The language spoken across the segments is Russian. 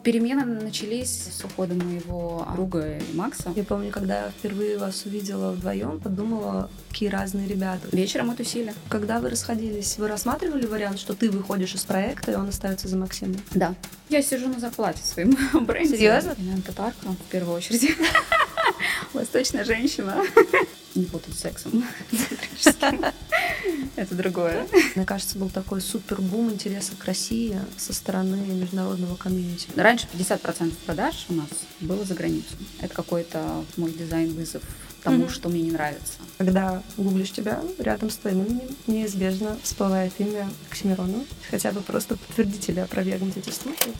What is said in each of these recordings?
Перемены начались с ухода моего друга Макса. Я помню, когда я впервые вас увидела вдвоем, подумала, какие разные ребята. Вечером мы тусили. Когда вы расходились, вы рассматривали вариант, что ты выходишь из проекта, и он остается за Максимом? Да. Я сижу на зарплате в своем бренде. Серьезно? Я татарка, в первую очередь. Восточная женщина. Не путать с сексом. Это другое. Мне кажется, был такой супер бум интереса к России со стороны международного комьюнити. Раньше 50% продаж у нас было за границу. Это какой-то мой дизайн-вызов тому, что мне не нравится. Когда гуглишь тебя, рядом с твоим именем неизбежно всплывает имя Оксимирона. Хотя бы просто подтвердить или опровергнуть эти слухи.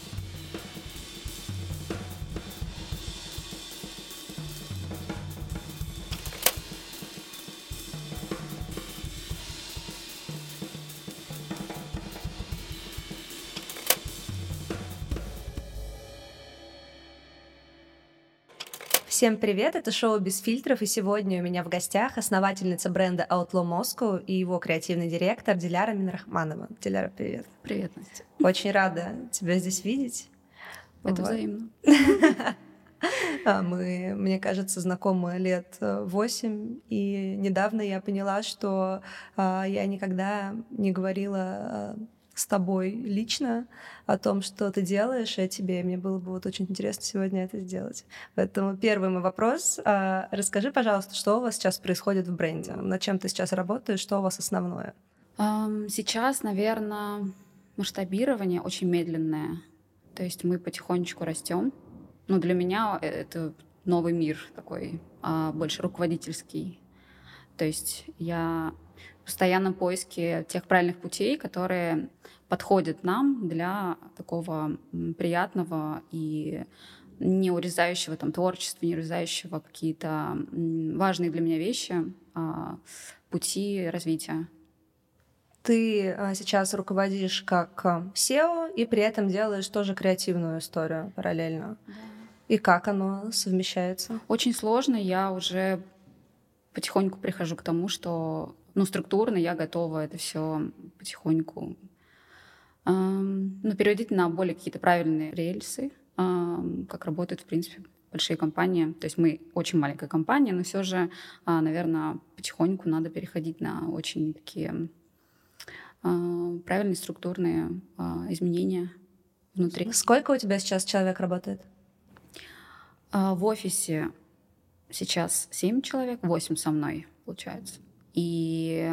Всем привет, это шоу «Без фильтров», и сегодня у меня в гостях основательница бренда Outlaw Moscow и его креативный директор Диляра Минрахманова. Диляра, привет. Привет, Настя. Очень рада тебя здесь видеть. Это взаимно. Мы, мне кажется, знакомы лет 8, и недавно я поняла, что я никогда не говорила с тобой лично о том, что ты делаешь, и тебе. Мне было бы вот очень интересно сегодня это сделать. Поэтому первый мой вопрос. Расскажи, пожалуйста, что у вас сейчас происходит в бренде? Над чем ты сейчас работаешь? Что у вас основное? Сейчас, наверное, масштабирование очень медленное. То есть мы потихонечку растем. Ну, для меня это новый мир такой, больше руководительский. То есть я в постоянном поиске тех правильных путей, которые подходят нам для такого приятного и не урезающего там творчества, не урезающего какие-то важные для меня вещи, пути развития. Ты сейчас руководишь как SEO и при этом делаешь тоже креативную историю параллельно. Да. И как оно совмещается? Очень сложно. Я уже потихоньку прихожу к тому, что структурно я готова это все потихоньку переводить на более какие-то правильные рельсы, как работают, в принципе, большие компании. То есть мы очень маленькая компания, но все же, наверное, потихоньку надо переходить на очень такие правильные структурные изменения внутри. Сколько у тебя сейчас человек работает? В офисе сейчас 7 человек, 8 со мной, получается. И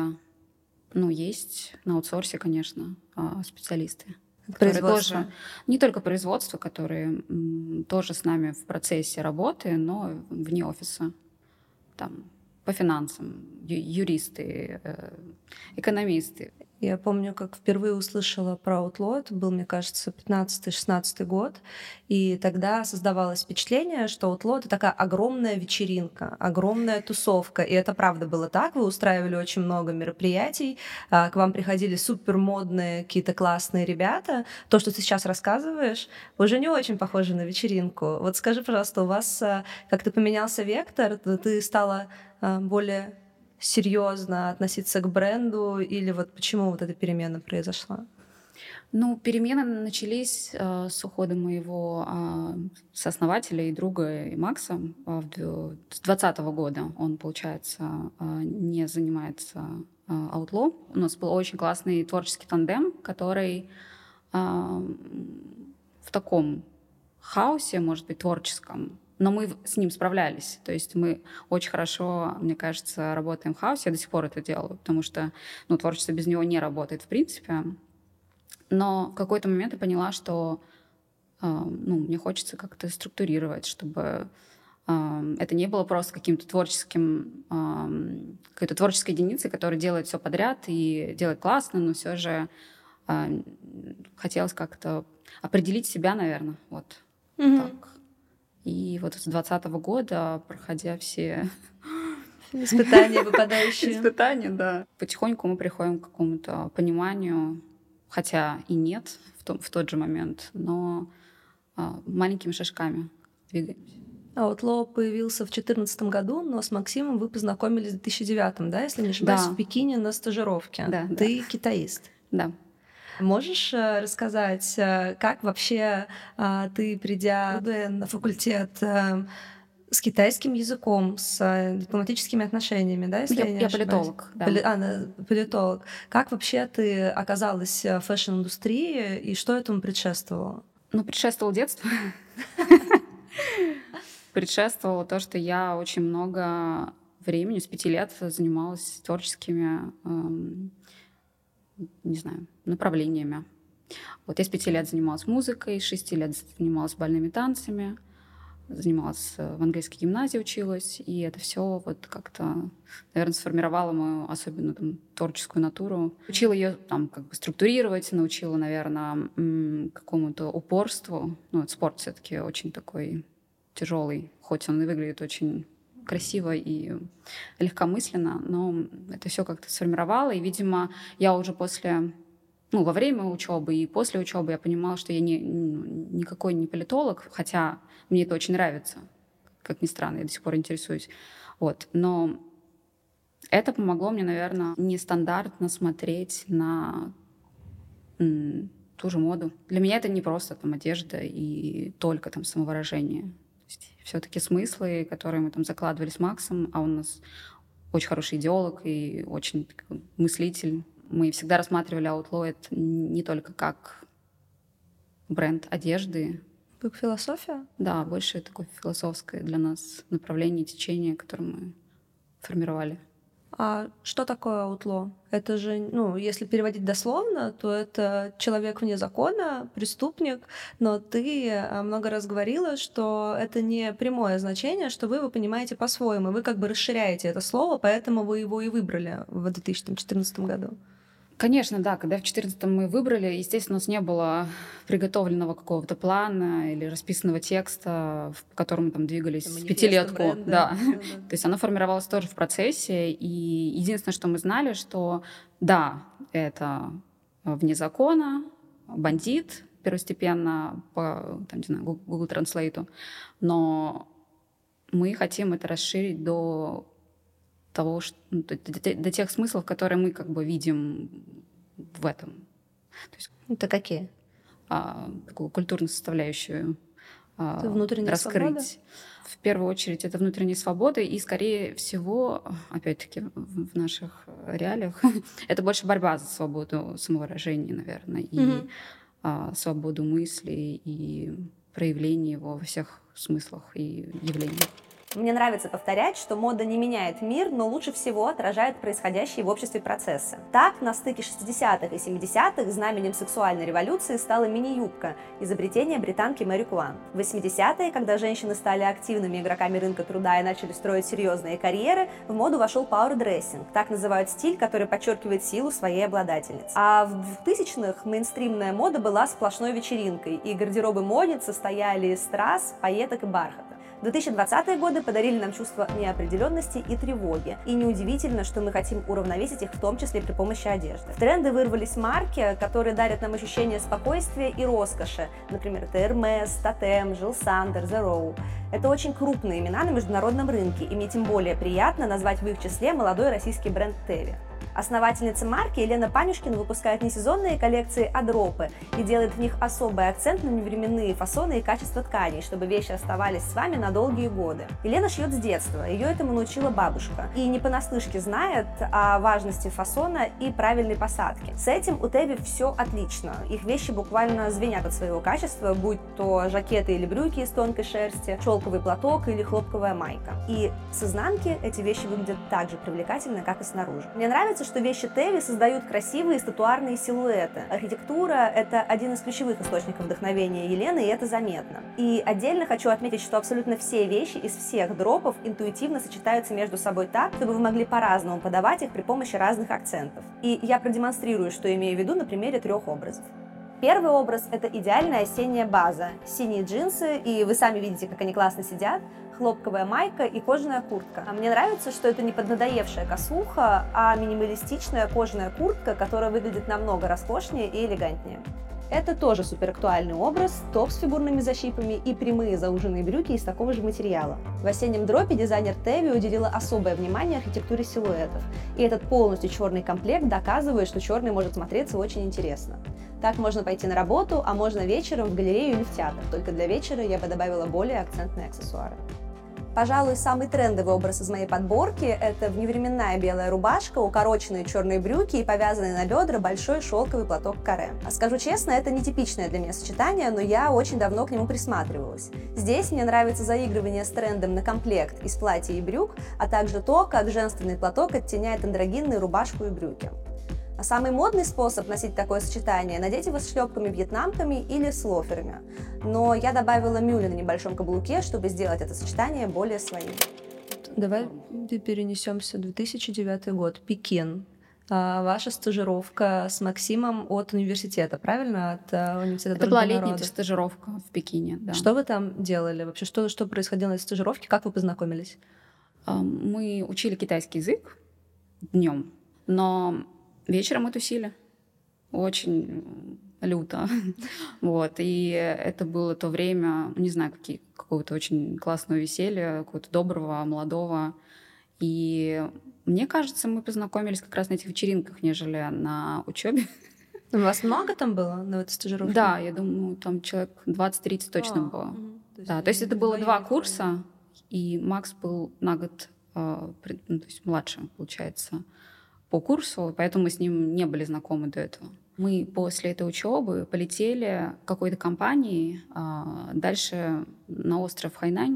есть на аутсорсе, конечно, специалисты. Которые тоже, не только производство, которые тоже с нами в процессе работы, но вне офиса. Там по финансам, юристы, экономисты. Я помню, как впервые услышала про Outlaw, это был, мне кажется, 15-16 год, и тогда создавалось впечатление, что Outlaw — это такая огромная вечеринка, огромная тусовка, и это правда было так, вы устраивали очень много мероприятий, к вам приходили супермодные какие-то классные ребята. То, что ты сейчас рассказываешь, уже не очень похоже на вечеринку. Вот скажи, пожалуйста, у вас как-то поменялся вектор, ты стала более серьезно относиться к бренду, или вот почему вот эта перемена произошла? Перемены начались с ухода моего сооснователя и друга и Макса с 2020 года. Он, получается, не занимается Outlaw. У нас был очень классный творческий тандем, который в таком хаосе, может быть, творческом, но мы с ним справлялись. То есть мы очень хорошо, мне кажется, работаем в хаосе. Я до сих пор это делаю, потому что творчество без него не работает в принципе. Но в какой-то момент я поняла, что мне хочется как-то структурировать, чтобы это не было просто каким-то какой-то творческой единицей, которая делает все подряд и делает классно, но все же хотелось как-то определить себя, наверное, вот так. И вот с 2020 года, проходя все испытания выпадающие. Испытания, да. Потихоньку мы приходим к какому-то пониманию, хотя и нет в тот же момент, но маленькими шажками двигаемся. Outlaw появился в 2014 году, но с Максимом вы познакомились в 2009, да, если не ошибаюсь, Да. в Пекине на стажировке. Да, Ты китаист. Да. Можешь рассказать, как вообще ты, придя на факультет с китайским языком, с дипломатическими отношениями, да, если Я, я не я ошибаюсь? политолог, да. Политолог. Как вообще ты оказалась в фэшн-индустрии и что этому предшествовало? Ну, предшествовало детство. Предшествовало то, что я очень много времени, с 5 лет занималась творческими, не знаю, направлениями. Вот я с 5 лет занималась музыкой, с 6 лет занималась бальными танцами, занималась в английской гимназии, училась, и это все вот как-то, наверное, сформировало мою особенно там творческую натуру. Учила ее там как бы структурировать, научила, наверное, какому-то упорству. Ну, вот спорт все-таки очень такой тяжелый, хоть он и выглядит очень красиво и легкомысленно, но это все как-то сформировало, и, видимо, я уже во время учебы и после учебы я понимала, что я никакой не политолог, хотя мне это очень нравится, как ни странно, я до сих пор интересуюсь. Вот. Но это помогло мне, наверное, нестандартно смотреть на ту же моду. Для меня это не просто там одежда и только там самовыражение. Все-таки смыслы, которые мы там закладывали с Максом, а он у нас очень хороший идеолог и очень такой мыслитель. Мы всегда рассматривали Outlaw это не только как бренд одежды. Как философия? Да, больше такое философское для нас направление, течение, которое мы формировали. А что такое outlaw? Это же, ну, если переводить дословно, то это человек вне закона, преступник, но ты много раз говорила, что это не прямое значение, что вы его понимаете по-своему, вы как бы расширяете это слово, поэтому вы его и выбрали в 2014 году. Конечно, да. Когда в 2014 мы выбрали, естественно, у нас не было приготовленного какого-то плана или расписанного текста, по которому там двигались пятилетку. Да. То есть оно формировалось тоже в процессе. И единственное, что мы знали, что да, это вне закона, бандит первостепенно по там, не знаю, Google Translate, но мы хотим это расширить до того, до тех смыслов, которые мы как бы видим в этом. То есть, это какие? Такую культурную составляющую раскрыть. Свобода? В первую очередь это внутренняя свобода, и, скорее всего, опять-таки, в наших реалиях, это больше борьба за свободу самовыражения, наверное, и свободу мысли, и проявление его во всех смыслах и явлениях. Мне нравится повторять, что мода не меняет мир, но лучше всего отражает происходящие в обществе процессы. Так, на стыке 60-х и 70-х знаменем сексуальной революции стала мини-юбка, изобретение британки Мэри Куан. В 80-е, когда женщины стали активными игроками рынка труда и начали строить серьезные карьеры, в моду вошел пауэр-дрессинг, так называют стиль, который подчеркивает силу своей обладательницы. А в 2000-х мейнстримная мода была сплошной вечеринкой, и гардеробы модниц состояли из страз, пайеток и бархата. 2020-е годы подарили нам чувство неопределенности и тревоги. И неудивительно, что мы хотим уравновесить их в том числе при помощи одежды. В тренды вырвались марки, которые дарят нам ощущение спокойствия и роскоши. Например, это Hermes, Toteme, Жил Сандер, The Row. Это очень крупные имена на международном рынке, и мне тем более приятно назвать в их числе молодой российский бренд Теви. Основательница марки Елена Панюшкина выпускает не сезонные коллекции, а дропы и делает в них особый акцент на невременные фасоны и качество тканей, чтобы вещи оставались с вами на долгие годы. Елена шьет с детства, ее этому научила бабушка, и не понаслышке знает о важности фасона и правильной посадки. С этим у Теви все отлично, их вещи буквально звенят от своего качества, будь то жакеты или брюки из тонкой шерсти, шелковый платок или хлопковая майка. И с изнанки эти вещи выглядят так же привлекательно, как и снаружи. Мне нравится, что вещи Теви создают красивые статуарные силуэты. Архитектура — это один из ключевых источников вдохновения Елены, и это заметно. И отдельно хочу отметить, что абсолютно все вещи из всех дропов интуитивно сочетаются между собой так, чтобы вы могли по-разному подавать их при помощи разных акцентов. И я продемонстрирую, что имею в виду на примере 3 образов. Первый образ — это идеальная осенняя база. Синие джинсы, и вы сами видите, как они классно сидят, хлопковая майка и кожаная куртка. А мне нравится, что это не поднадоевшая косуха, а минималистичная кожаная куртка, которая выглядит намного роскошнее и элегантнее. Это тоже суперактуальный образ, топ с фигурными защипами и прямые зауженные брюки из такого же материала. В осеннем дропе дизайнер Теви уделила особое внимание архитектуре силуэтов. И этот полностью черный комплект доказывает, что черный может смотреться очень интересно. Так можно пойти на работу, а можно вечером в галерею или в театр. Только для вечера я бы добавила более акцентные аксессуары. Пожалуй, самый трендовый образ из моей подборки – это вневременная белая рубашка, укороченные черные брюки и повязанный на бедра большой шелковый платок каре. А скажу честно, это нетипичное для меня сочетание, но я очень давно к нему присматривалась. Здесь мне нравится заигрывание с трендом на комплект из платья и брюк, а также то, как женственный платок оттеняет андрогинную рубашку и брюки. А самый модный способ носить такое сочетание – надеть его с шлепками-вьетнамками или с лоферами. Но я добавила мюли на небольшом каблуке, чтобы сделать это сочетание более своим. Давай перенесемся в 2009 год. Пекин. Ваша стажировка с Максимом от университета, правильно? От университета Это была Дружбы летняя народов. стажировка в Пекине, да. Что вы там делали вообще? Что происходило на этой стажировке? Как вы познакомились? Мы учили китайский язык днем, но вечером мы тусили очень люто. Вот. И это было то время, не знаю, какого-то очень классного веселья, какого-то доброго, молодого. И мне кажется, мы познакомились как раз на этих вечеринках, нежели на учебе. У вас много там было на этой стажировке? Да, я думаю, там человек 20-30 точно было. Да, то есть это было 2 курса, и Макс был на год то есть младше, получается, по курсу, поэтому мы с ним не были знакомы до этого. Мы после этой учебы полетели какой-то компанией дальше на остров Хайнань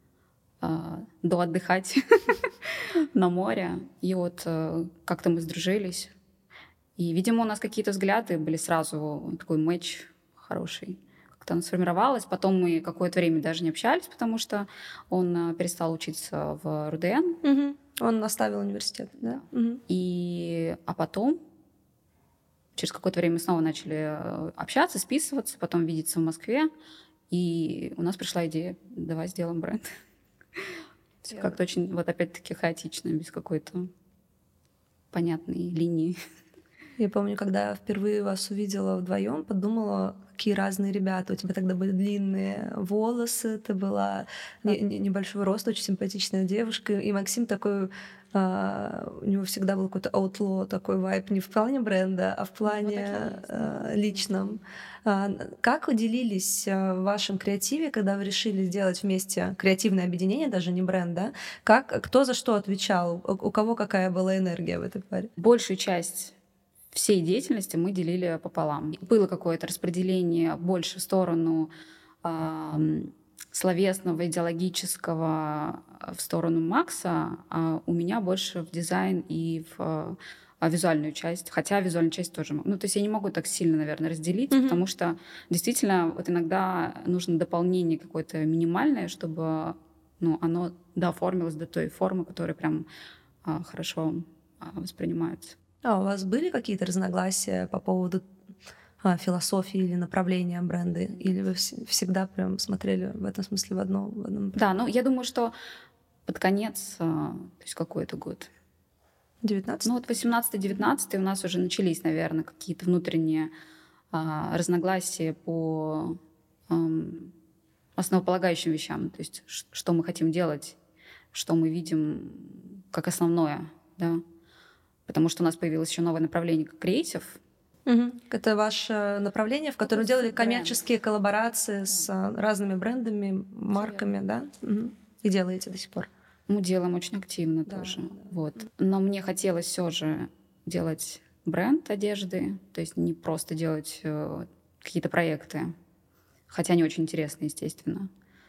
доотдыхать на море. И вот как-то мы сдружились. И, видимо, у нас какие-то взгляды были сразу, такой матч хороший. Как-то оно сформировалось. Потом мы какое-то время даже не общались, потому что он перестал учиться в РУДН. Угу. Он оставил университет, да? Угу. А потом, через какое-то время, мы снова начали общаться, списываться, потом видеться в Москве. И у нас пришла идея: давай сделаем бренд. Все как-то очень, вот опять-таки, хаотично, без какой-то понятной линии. Я помню, когда впервые вас увидела вдвоем, подумала, какие разные ребята. У тебя тогда были длинные волосы, ты была небольшого роста, очень симпатичная девушка. И Максим такой, у него всегда был какой-то outlaw, такой вайб, не в плане бренда, а в плане личном. Как вы делились в вашем креативе, когда вы решили сделать вместе креативное объединение, даже не бренд, да? Кто за что отвечал? У кого какая была энергия в этой паре? Большую часть всей деятельности мы делили пополам. Было какое-то распределение больше в сторону словесного, идеологического, в сторону Макса, а у меня больше в дизайн и в визуальную часть. Хотя визуальную часть тоже могу. То есть я не могу так сильно, наверное, разделить, потому что действительно вот иногда нужно дополнение какое-то минимальное, чтобы оно дооформилось до той формы, которая прям хорошо воспринимается. А у вас были какие-то разногласия по поводу философии или направления бренда? Или вы всегда прям смотрели в этом смысле в одном? Да, я думаю, что под конец, то есть какой это год? 19? Вот 18-19 у нас уже начались, наверное, какие-то внутренние разногласия по основополагающим вещам. То есть что мы хотим делать, что мы видим как основное, да. Потому что у нас появилось еще новое направление, как креатив. Угу. Это ваше направление, в котором делали коммерческие коллаборации с разными брендами, марками, да? Угу. И делаете до сих пор. Мы делаем очень активно тоже. Да. Вот. Но мне хотелось все же делать бренд одежды, то есть не просто делать какие-то проекты, хотя они очень интересные, естественно.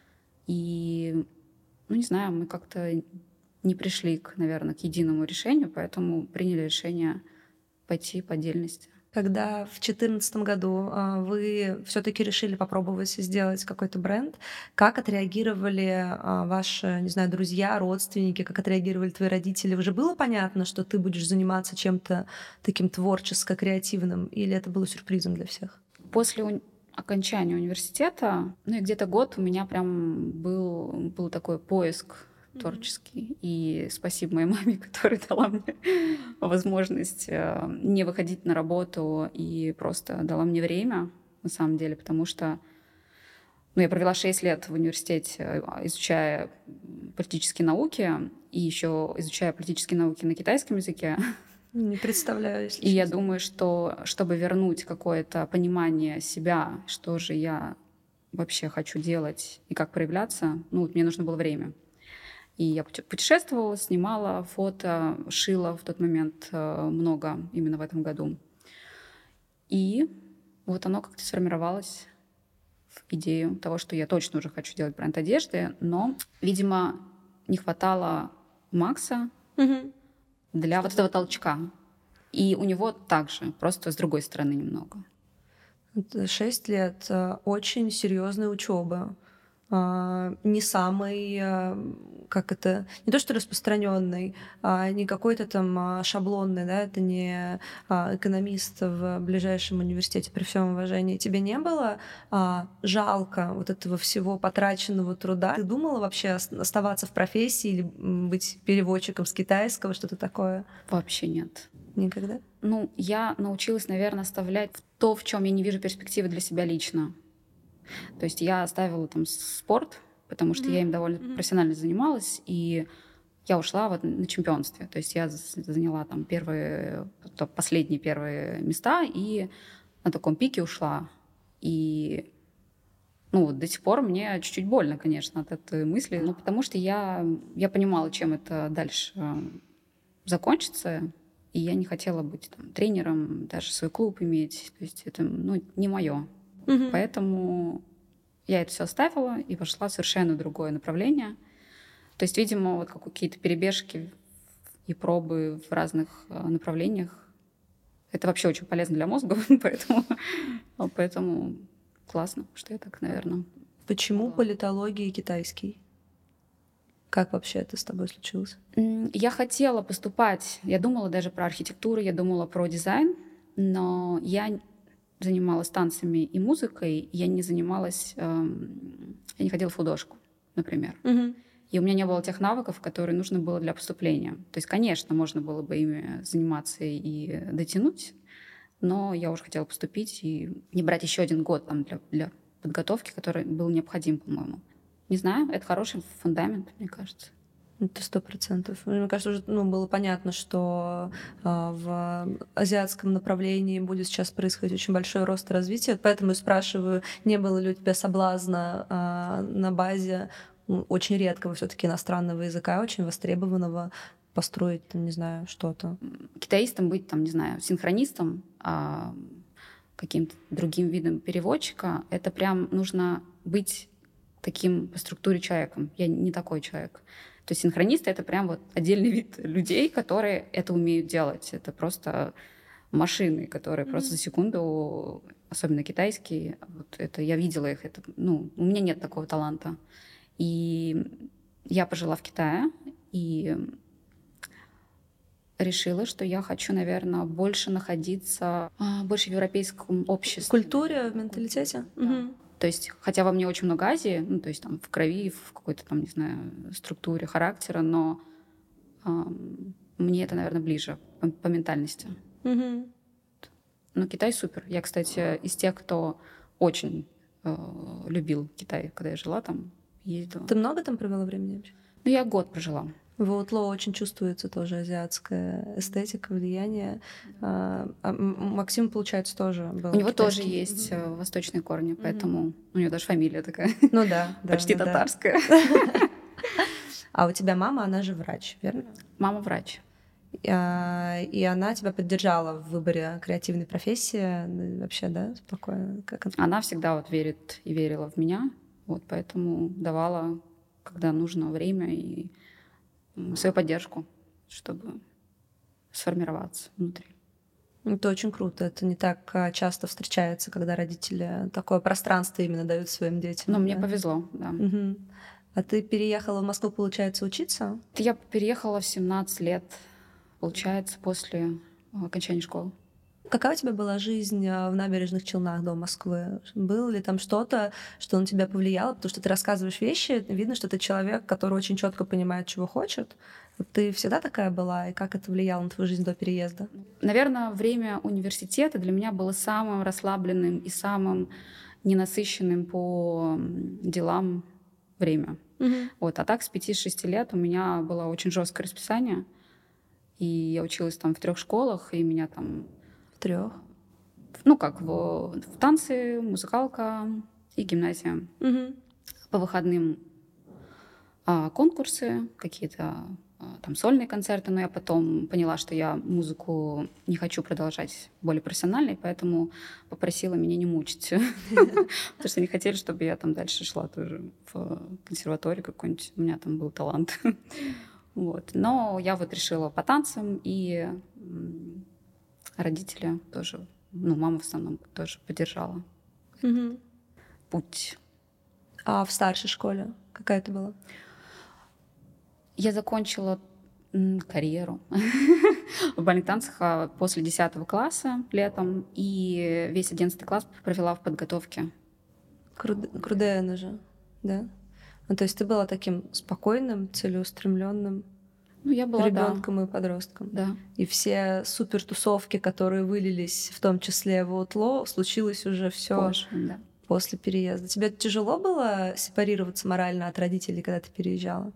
И, не знаю, мы как-то не пришли, наверное, к единому решению, поэтому приняли решение пойти по отдельности. Когда в 2014 году вы все-таки решили попробовать сделать какой-то бренд, как отреагировали ваши, не знаю, друзья, родственники, как отреагировали твои родители? Уже было понятно, что ты будешь заниматься чем-то таким творческо-креативным, или это было сюрпризом для всех? После окончания университета, и где-то год у меня прям был такой поиск творческий. И спасибо моей маме, которая дала мне возможность не выходить на работу и просто дала мне время. на самом деле, потому что я провела 6 лет в университете, изучая политические науки, и еще изучая политические науки на китайском языке. Не представляю, если И я честно. думаю, что чтобы вернуть какое-то понимание себя, что же я вообще хочу делать и как проявляться, мне нужно было время. И я путешествовала, снимала фото, шила в тот момент много именно в этом году. И вот оно как-то сформировалось в идею того, что я точно уже хочу делать бренд одежды, но, видимо, не хватало Макса для вот этого толчка. И у него также, просто с другой стороны немного. 6 лет очень серьезной учебы. Не самый, не то что распространенный, не какой-то там шаблонный, да, это не экономист в ближайшем университете, при всем уважении. Тебе не было жалко вот этого всего потраченного труда? Ты думала вообще оставаться в профессии или быть переводчиком с китайского, что-то такое? Вообще нет. Никогда? Я научилась, наверное, оставлять то, в чем я не вижу перспективы для себя лично. То есть я оставила там спорт, потому что я им довольно профессионально занималась, и я ушла вот на чемпионстве. То есть я заняла там последние первые места, и на таком пике ушла. И до сих пор мне чуть-чуть больно, конечно, от этой мысли, но потому что я понимала, чем это дальше закончится, и я не хотела быть там тренером, даже свой клуб иметь. То есть это не мое. Поэтому я это все оставила и пошла в совершенно другое направление. То есть, видимо, вот какие-то перебежки и пробы в разных направлениях — это вообще очень полезно для мозга, поэтому классно, что я так, наверное. Почему политология и китайский? Как вообще это с тобой случилось? Я хотела поступать, я думала даже про архитектуру, я думала про дизайн, но я занималась танцами и музыкой, я не ходила в художку, например. И у меня не было тех навыков, которые нужно было для поступления. То есть, конечно, можно было бы ими заниматься и дотянуть, но я уже хотела поступить и не брать еще один год там, для подготовки, который был необходим, по-моему. Не знаю, это хороший фундамент, мне кажется. Это 100%. Мне кажется, уже было понятно, что в азиатском направлении будет сейчас происходить очень большой рост и развитие. Поэтому я спрашиваю, не было ли у тебя соблазна на базе очень редкого все-таки иностранного языка, очень востребованного, построить, там, не знаю, что-то? Китаистом быть, там, не знаю, синхронистом, каким-то другим видом переводчика, это прям нужно быть таким по структуре человеком. Я не такой человек. То есть синхронисты — это прям вот отдельный вид людей, которые это умеют делать. Это просто машины, которые просто за секунду, особенно китайские, вот это я видела их, это, у меня нет такого таланта. И я пожила в Китае и решила, что я хочу, наверное, больше находиться больше в европейском обществе. В культуре, в менталитете? Да. То есть, хотя во мне очень много Азии, то есть там в крови, в какой-то там, не знаю, структуре характера, но мне это, наверное, ближе по ментальности. Но Китай супер. Я, кстати, из тех, кто очень любил Китай, когда я жила там, ездила. Ты много там провела времени вообще? Я год прожила. В Outlaw очень чувствуется тоже азиатская эстетика, влияние. Максим, получается, тоже был У него китайский. тоже есть восточные корни, поэтому у него даже фамилия такая. Ну да. Почти татарская. А у тебя мама, она же врач, верно? Мама врач. И она тебя поддержала в выборе креативной профессии вообще, да, спокойно? Она всегда вот верит и верила в меня, вот поэтому давала, когда нужно, время и свою поддержку, чтобы сформироваться внутри. Это очень круто. Это не так часто встречается, когда родители такое пространство именно дают своим детям. Но мне повезло, да. А ты переехала в Москву, получается, учиться? Я переехала в 17 лет, получается, после окончания школы. Какая у тебя была жизнь в Набережных Челнах до Москвы? Было ли там что-то, что на тебя повлияло? Потому что ты рассказываешь вещи, видно, что ты человек, который очень четко понимает, чего хочет. Вот ты всегда такая была, и как это влияло на твою жизнь до переезда? Наверное, время университета для меня было самым расслабленным и самым ненасыщенным по делам время. Вот. А так с 5-6 лет у меня было очень жесткое расписание. И я училась там в 3 школах, и меня там... В 3? Ну, как в танцы, музыкалка и гимназия. По выходным конкурсы, какие-то там сольные концерты, но я потом поняла, что я музыку не хочу продолжать более профессиональной, поэтому попросила меня не мучить. Потому что они хотели, чтобы я там дальше шла тоже в консерваторию какой-нибудь. У меня там был талант. Вот. Но я вот решила по танцам, и родители тоже, ну, мама в основном тоже поддержала путь. А в старшей школе какая ты была? Я закончила карьеру в бальных танцах после 10 класса летом, и весь 11 класс провела в подготовке. Крудена же, да? Ну, то есть ты была таким спокойным, целеустремленным ребенком и подростком. Да. И все супертусовки, которые вылились, в том числе в Outlaw, случилось уже все после переезда. Тебе тяжело было сепарироваться морально от родителей, когда ты переезжала?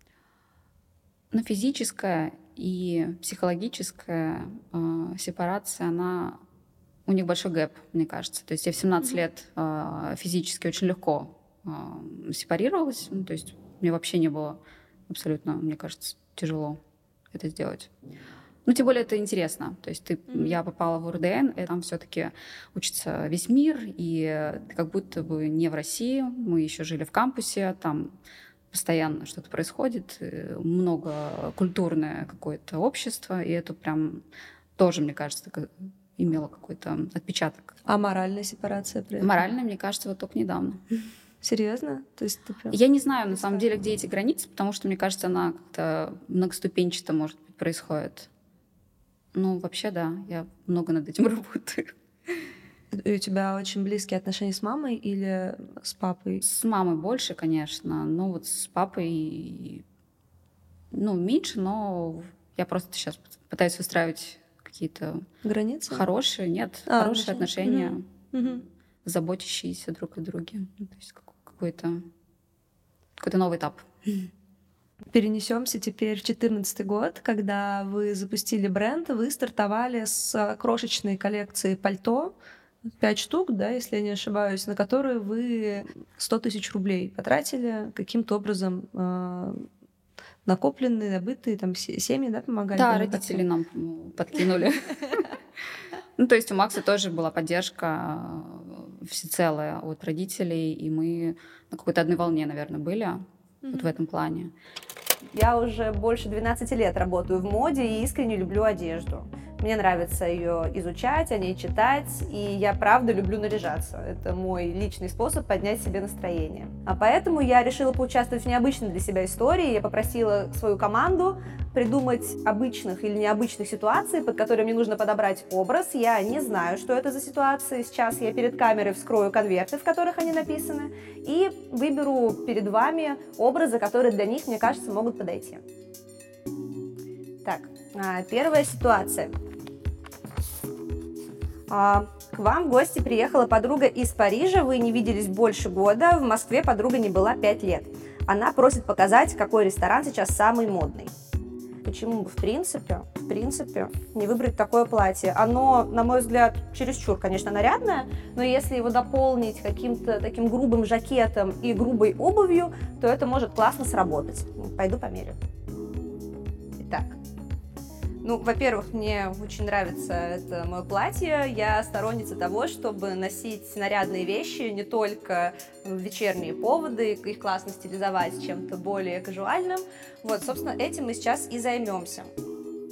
Ну, физическая и психологическая сепарация, у них большой гэп, мне кажется. То есть я в 17 лет физически очень легко сепарировалась. Ну, то есть мне вообще не было абсолютно, мне кажется, тяжело это сделать. Ну, тем более это интересно. То есть я попала в УРДН, и там все-таки учится весь мир, и ты как будто бы не в России. Мы еще жили в кампусе, там постоянно что-то происходит, много культурное какое-то общество, и это прям тоже, мне кажется, имело какой-то отпечаток. А моральная сепарация при этом? Моральная, мне кажется, вот только недавно. Серьезно? То есть ты прям... Я не знаю, на самом деле, где эти границы, потому что, мне кажется, она как-то многоступенчато, может быть, происходит. Ну, вообще, да, я много над этим работаю. И у тебя очень близкие отношения с мамой или с папой? С мамой больше, конечно, но вот с папой, ну, меньше, но я просто сейчас пытаюсь выстраивать какие-то границы? Хорошие хорошие отношения, заботящиеся друг о друге. Ну, то есть какой-то новый этап. Перенесемся теперь в 2014 год, когда вы запустили бренд, вы стартовали с крошечной коллекции пальто, 5 штук, да, если я не ошибаюсь, на которые вы 100 тысяч рублей потратили, каким-то образом накопленные, добытые, там семьи, да, помогали? Да, родители нам подкинули. Ну, то есть у Макса тоже была поддержка всецелая от родителей, и мы на какой-то одной волне, наверное, были вот в этом плане. Я уже больше 12 лет работаю в моде и искренне люблю одежду. Мне нравится ее изучать, о ней читать, и я правда люблю наряжаться. Это мой личный способ поднять себе настроение. А поэтому я решила поучаствовать в необычной для себя истории. Я попросила свою команду придумать обычных или необычных ситуаций, под которые мне нужно подобрать образ. Я не знаю, что это за ситуации. Сейчас я перед камерой вскрою конверты, в которых они написаны, и выберу перед вами образы, которые для них, мне кажется, могут подойти. Так, первая ситуация. К вам в гости приехала подруга из Парижа, вы не виделись больше года, в Москве подруга не была 5 лет. Она просит показать, какой ресторан сейчас самый модный. Почему бы в принципе, не выбрать такое платье? Оно, на мой взгляд, чересчур, конечно, нарядное, но если его дополнить каким-то таким грубым жакетом и грубой обувью, то это может классно сработать. Пойду померю. Итак. Ну, во-первых, мне очень нравится это мое платье. Я сторонница того, чтобы носить нарядные вещи не только в вечерние поводы, их классно стилизовать чем-то более кажуальным. Вот, собственно, этим мы сейчас и займемся.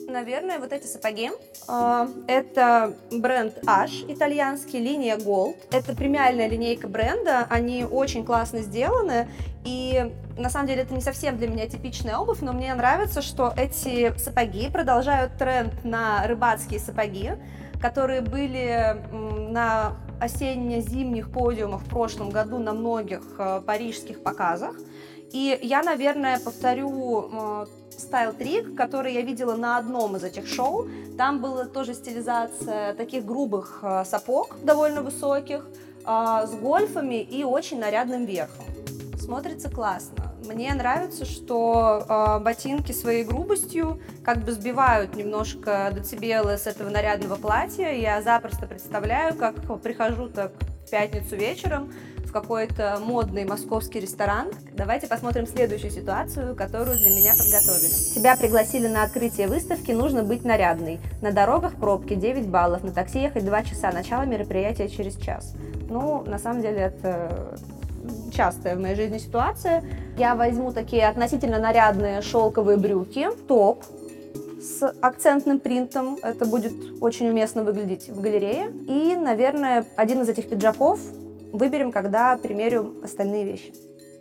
Наверное, вот эти сапоги. Это бренд Ash, итальянский, линия Gold. Это премиальная линейка бренда, они очень классно сделаны. И на самом деле это не совсем для меня типичная обувь, но мне нравится, что эти сапоги продолжают тренд на рыбацкие сапоги, которые были на осенне-зимних подиумах в прошлом году на многих парижских показах. И я, наверное, повторю стайл-трик, который я видела на одном из этих шоу. Там была тоже стилизация таких грубых сапог, довольно высоких, с гольфами и очень нарядным верхом. Смотрится классно. Мне нравится, что ботинки своей грубостью как бы сбивают немножко децибелы с этого нарядного платья. Я запросто представляю, как прихожу так в пятницу вечером в какой-то модный московский ресторан. Давайте посмотрим следующую ситуацию, которую для меня подготовили. Тебя пригласили на открытие выставки, нужно быть нарядной. На дорогах пробки 9 баллов, на такси ехать 2 часа, начало мероприятия через час. Ну, на самом деле, это частая в моей жизни ситуация. Я возьму такие относительно нарядные шелковые брюки, топ с акцентным принтом. Это будет очень уместно выглядеть в галерее. И, наверное, один из этих пиджаков выберем, когда примерю остальные вещи.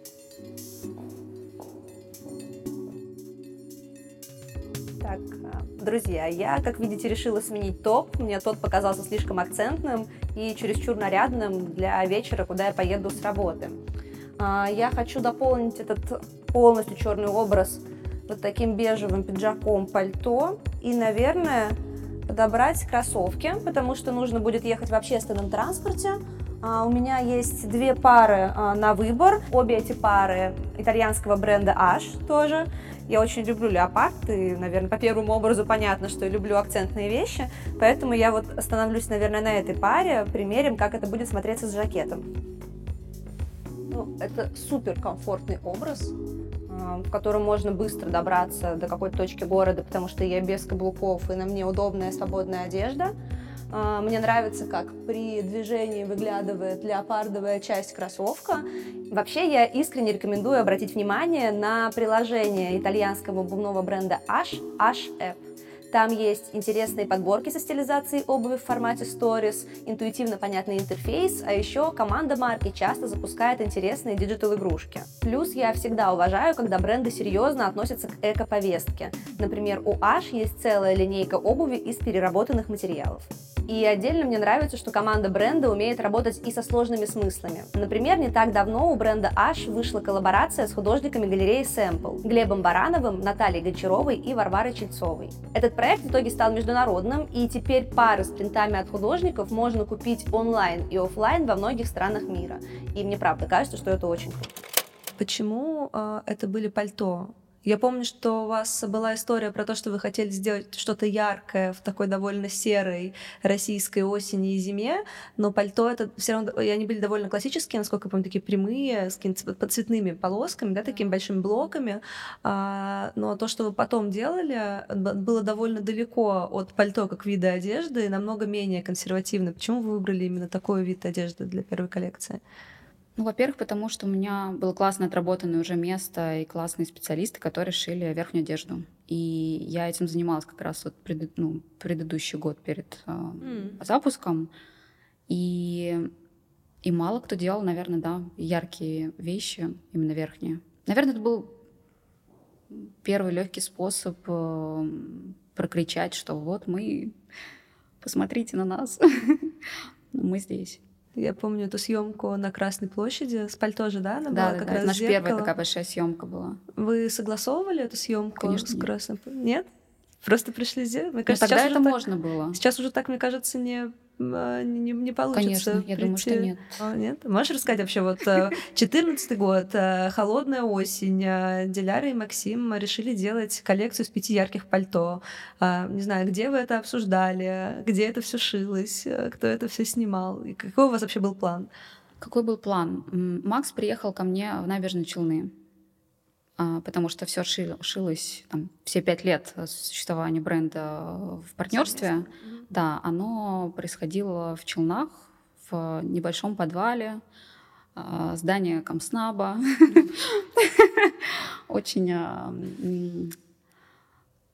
Так, друзья, я, как видите, решила сменить топ. Мне тот показался слишком акцентным и чересчур нарядным для вечера, куда я поеду с работы. Я хочу дополнить этот полностью черный образ вот таким бежевым пиджаком, пальто и, наверное, подобрать кроссовки, потому что нужно будет ехать в общественном транспорте. У меня есть 2 пары на выбор. Обе эти пары итальянского бренда Ash тоже. Я очень люблю леопард, и, наверное, по первому образу понятно, что я люблю акцентные вещи. Поэтому я вот остановлюсь, наверное, на этой паре, примерим, как это будет смотреться с жакетом. Ну, это супер комфортный образ, в котором можно быстро добраться до какой-то точки города, потому что я без каблуков, и на мне удобная свободная одежда. Мне нравится, как при движении выглядывает леопардовая часть кроссовка. Вообще, я искренне рекомендую обратить внимание на приложение итальянского обувного бренда Ash App. Там есть интересные подборки со стилизацией обуви в формате Stories, интуитивно понятный интерфейс, а еще команда марки часто запускает интересные диджитал-игрушки. Плюс я всегда уважаю, когда бренды серьезно относятся к эко-повестке. Например, у Ash есть целая линейка обуви из переработанных материалов. И отдельно мне нравится, что команда бренда умеет работать и со сложными смыслами. Например, не так давно у бренда Ash вышла коллаборация с художниками галереи Sample, Глебом Барановым, Натальей Гончаровой и Варварой Чельцовой. Этот проект в итоге стал международным, и теперь пары с принтами от художников можно купить онлайн и офлайн во многих странах мира. И мне правда кажется, что это очень круто. Почему это были пальто? Я помню, что у вас была история про то, что вы хотели сделать что-то яркое в такой довольно серой российской осени и зиме, но пальто это все равно, и они были довольно классические, насколько я помню, такие прямые, с какими-то цветными полосками, да, такими большими блоками, но то, что вы потом делали, было довольно далеко от пальто как вида одежды и намного менее консервативно. Почему вы выбрали именно такой вид одежды для первой коллекции? Ну, во-первых, потому что у меня было классно отработанное уже место и классные специалисты, которые шили верхнюю одежду. И я этим занималась как раз вот предыдущий год перед запуском. И мало кто делал, наверное, да, яркие вещи, именно верхние. Наверное, это был первый легкий способ прокричать, что вот мы, посмотрите на нас, мы здесь. Я помню эту съемку на Красной площади с пальто же, да? Она да, была как да, раз это наша зеркало. первая такая большая съемка была. Вы согласовывали эту съемку? Конечно, с Красной? Нет? Просто пришли сделать? Мне кажется, тогда это так... можно было. Сейчас уже так, мне кажется, не получится. Конечно, я думаю, что нет. Нет? Можешь рассказать вообще, вот 14-й год, холодная осень, Диляра и Максим решили делать коллекцию из 5 ярких пальто. Не знаю, где вы это обсуждали, где это все шилось, кто это все снимал, и какой у вас вообще был план? Какой был план? Макс приехал ко мне в Набережные Челны, потому что все шилось там, все 5 лет существования бренда в партнерстве. Да, оно происходило в Челнах, в небольшом подвале, здание Комснаба. Очень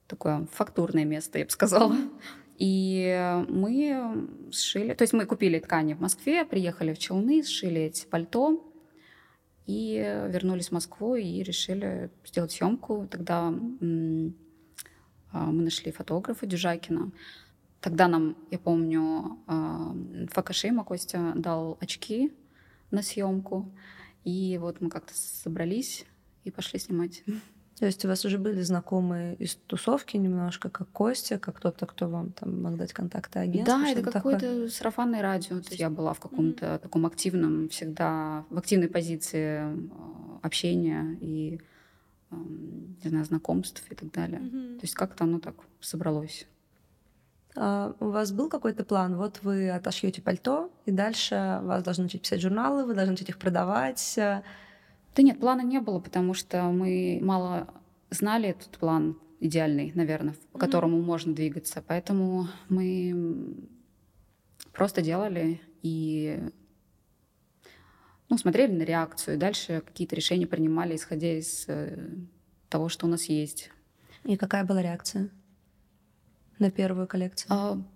такое фактурное место, я бы сказала. И мы сшили, то есть мы купили ткани в Москве, приехали в Челны, сшили эти пальто и вернулись в Москву и решили сделать съемку. Тогда мы нашли фотографа Дюжакина. Тогда нам, я помню, Факашима Костя дал очки на съемку. И вот мы как-то собрались и пошли снимать. То есть у вас уже были знакомые из тусовки немножко, как Костя, как кто-то, кто вам там мог дать контакты агентства? Да, это что-то какое-то такое? сарафанное радио. То есть я была в каком-то таком активном, всегда в активной позиции общения и, не знаю, знакомств и так далее. То есть как-то оно так собралось. А у вас был какой-то план? Вот вы отошьете пальто, и дальше вас должны начать писать журналы, вы должны начать их продавать. Да нет, плана не было, потому что мы мало знали этот план идеальный, наверное, по которому можно двигаться. Поэтому мы просто делали и смотрели на реакцию. И дальше какие-то решения принимали, исходя из того, что у нас есть. И какая была реакция на первую коллекцию?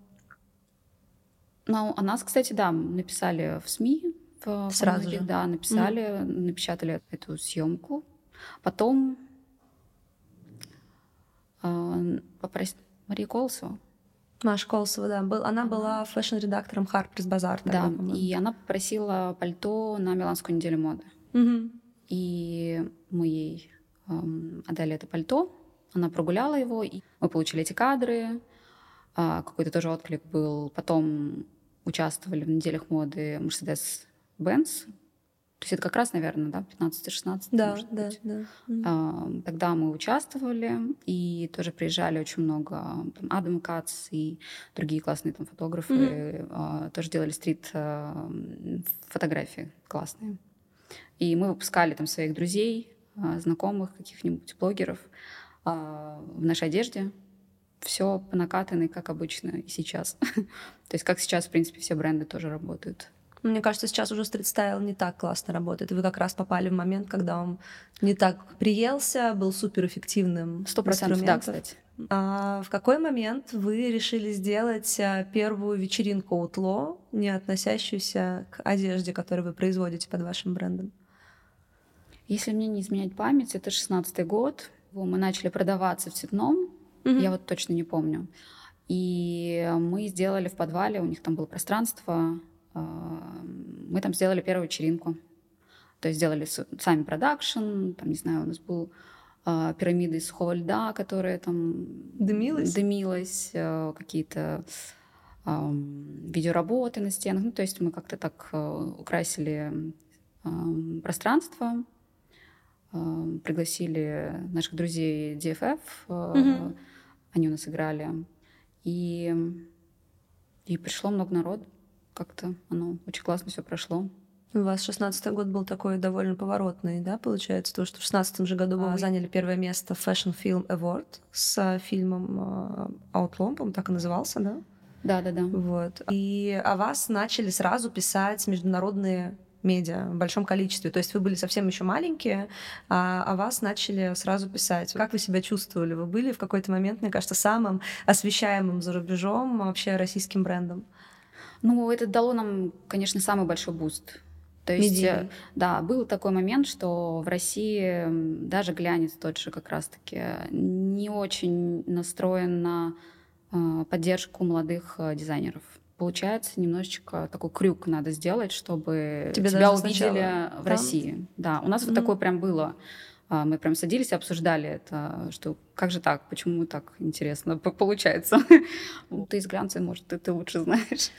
О нас, кстати, да, написали в СМИ. Сразу же? Да, написали, напечатали эту съемку. Потом попросили Мария Колосова. Маша Колосова, да. Она была фэшн-редактором Harper's Bazaar. Да, и она попросила пальто на Миланскую неделю моды. И мы ей отдали это пальто. Она прогуляла его, и мы получили эти кадры. Какой-то тоже отклик был. Потом участвовали в неделях моды Mercedes-Benz. То есть это как раз, наверное, да, 15-16, да, может да, быть. Да. Тогда мы участвовали, и тоже приезжали очень много. Там, Адам Кац и другие классные там фотографы тоже делали стрит-фотографии классные. И мы выпускали там своих друзей, знакомых, каких-нибудь блогеров в нашей одежде. Все по накатанной, как обычно и сейчас. То есть как сейчас, в принципе, все бренды тоже работают. Мне кажется, сейчас уже стрит-стайл не так классно работает. Вы как раз попали в момент, когда он не так приелся, был суперэффективным 100%, да, кстати. А в какой момент вы решили сделать первую вечеринку Outlaw, не относящуюся к одежде, которую вы производите под вашим брендом? Если мне не изменять память, это 16-й год. Мы начали продаваться в Цветном. Я вот точно не помню. И мы сделали в подвале, у них там было пространство. Мы там сделали первую вечеринку. То есть сделали сами продакшн, там, не знаю, у нас был пирамида из сухого льда, которая там дымилась, какие-то видеоработы на стенах. То есть мы как-то так украсили пространство, пригласили наших друзей DFF, они у нас играли, и пришло много народу. Как-то оно очень классно все прошло. У вас 16-й год был такой довольно поворотный, да, получается? То, что в 16-м же году вы заняли первое место в Fashion Film Award с фильмом Outlaw, по-моему, так и назывался, да? Да. Вот. И о вас начали сразу писать международные медиа в большом количестве. То есть вы были совсем еще маленькие, а о вас начали сразу писать. Как вы себя чувствовали? Вы были в какой-то момент, мне кажется, самым освещаемым за рубежом вообще российским брендом? Это дало нам, конечно, самый большой буст. То есть, да, был такой момент, что в России даже глянец тот же как раз-таки не очень настроен на поддержку молодых дизайнеров. Получается, немножечко такой крюк надо сделать, чтобы тебя увидели в России. Да, у нас вот такое прям было. Мы прям садились и обсуждали это, что как же так, почему так интересно получается. Ты из глянца, может, ты лучше знаешь.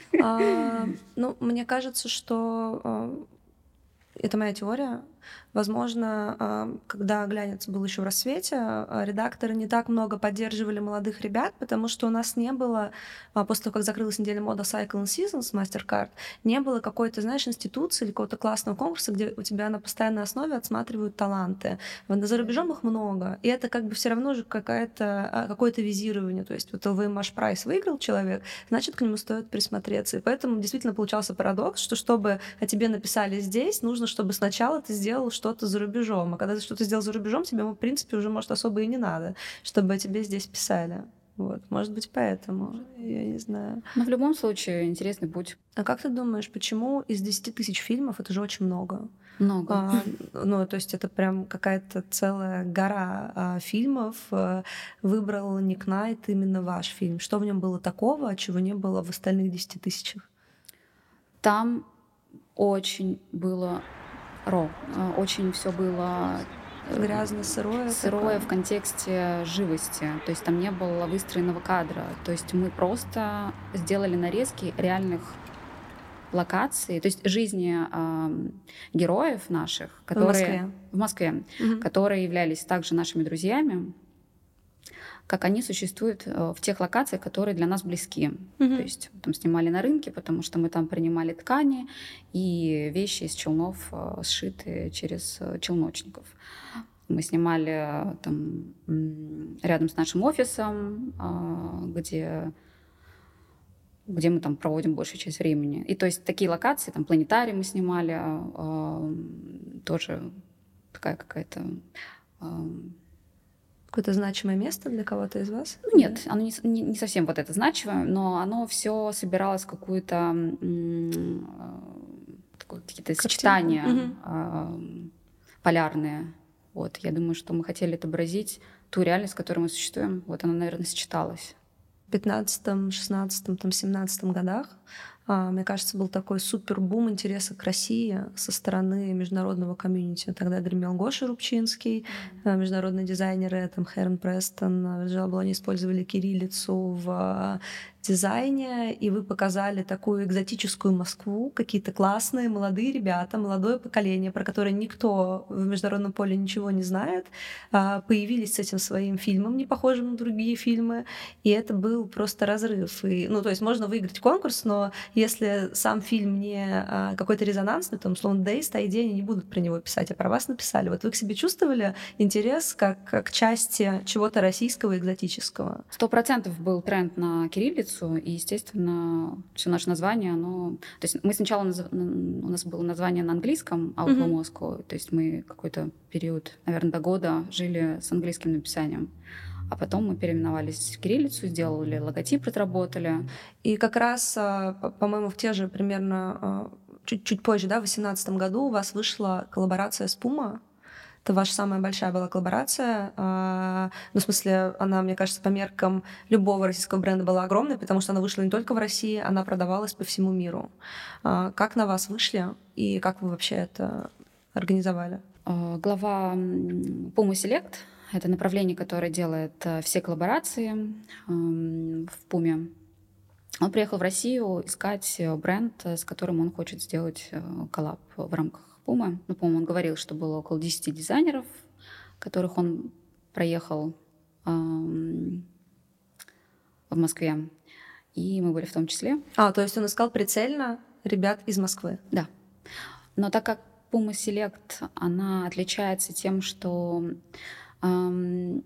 Мне кажется, что это моя теория. Возможно, когда глянец был еще в рассвете, редакторы не так много поддерживали молодых ребят, потому что у нас не было, после того, как закрылась неделя мода Cycle and Seasons, MasterCard, не было какой-то, знаешь, институции или какого-то классного конкурса, где у тебя на постоянной основе отсматривают таланты. За рубежом их много, и это как бы все равно же какое-то визирование. То есть вот LVMH Prize выиграл человек, значит, к нему стоит присмотреться. И поэтому действительно получался парадокс, что чтобы о тебе написали здесь, нужно, чтобы сначала ты сделал делал что-то за рубежом. А когда ты что-то сделал за рубежом, тебе, в принципе, уже, может, особо и не надо, чтобы о тебе здесь писали. Вот, может быть, поэтому, я не знаю. Но в любом случае интересный путь. А как ты думаешь, почему из 10 тысяч фильмов, это же очень много? Много. Ну, то есть это прям какая-то целая гора фильмов. Выбрал Ник Найт именно ваш фильм. Что в нем было такого, чего не было в остальных 10 тысячах? Там очень было очень все было Грязно, сырое. сырое в контексте живости. То есть там не было выстроенного кадра. То есть мы просто сделали нарезки реальных локаций, то есть жизни героев наших, которые в Москве, которые являлись также нашими друзьями, как они существуют в тех локациях, которые для нас близки. То есть там снимали на рынке, потому что мы там принимали ткани и вещи из челнов, сшитые через челночников. Мы снимали там рядом с нашим офисом, где мы там проводим большую часть времени. И то есть такие локации, там планетарий мы снимали, тоже такая какая-то... Какое-то значимое место для кого-то из вас? Ну, нет, оно не совсем вот это значимое, но оно все собиралось в какую-то какие-то сочетания полярные. Вот, я думаю, что мы хотели отобразить ту реальность, в которой мы существуем. Вот она, наверное, сочеталась. В 15-м, 16-м, 17-м годах, мне кажется, был такой супер бум интереса к России со стороны международного комьюнити. Тогда гремел Гоша Рубчинский, международные дизайнеры, там Хэрон Престон, Virgil Abloh, они использовали кириллицу в дизайне, и вы показали такую экзотическую Москву, какие-то классные молодые ребята, молодое поколение, про которое никто в международном поле ничего не знает, появились с этим своим фильмом, не похожим на другие фильмы, и это был просто разрыв. И, ну, то есть можно выиграть конкурс, но если сам фильм не какой-то резонансный, то, условно, Дейст, идеи не будут про него писать, а про вас написали. Вот вы к себе чувствовали интерес как к части чего-то российского, экзотического? 100% был тренд на кириллицу, и, естественно, все наше название, оно... То есть мы сначала... У нас было название на английском, Outlaw Moscow, то есть мы какой-то период, наверное, до года жили с английским написанием. А потом мы переименовались в кириллицу, сделали логотип, разработали. И как раз, по-моему, в те же примерно чуть позже, да, в 2018 году у вас вышла коллаборация с Puma. Это ваша самая большая была коллаборация. Ну, в смысле, она, мне кажется, по меркам любого российского бренда была огромной, потому что она вышла не только в России, она продавалась по всему миру. Как на вас вышли и как вы вообще это организовали? Глава Puma Select — это направление, которое делает все коллаборации в Пуме. Он приехал в Россию искать бренд, с которым он хочет сделать коллаб в рамках Пумы. Ну, по-моему, он говорил, что было около 10 дизайнеров, которых он проехал в Москве. И мы были в том числе. То есть он искал прицельно ребят из Москвы? Да. Но так как Puma Select, она отличается тем, что там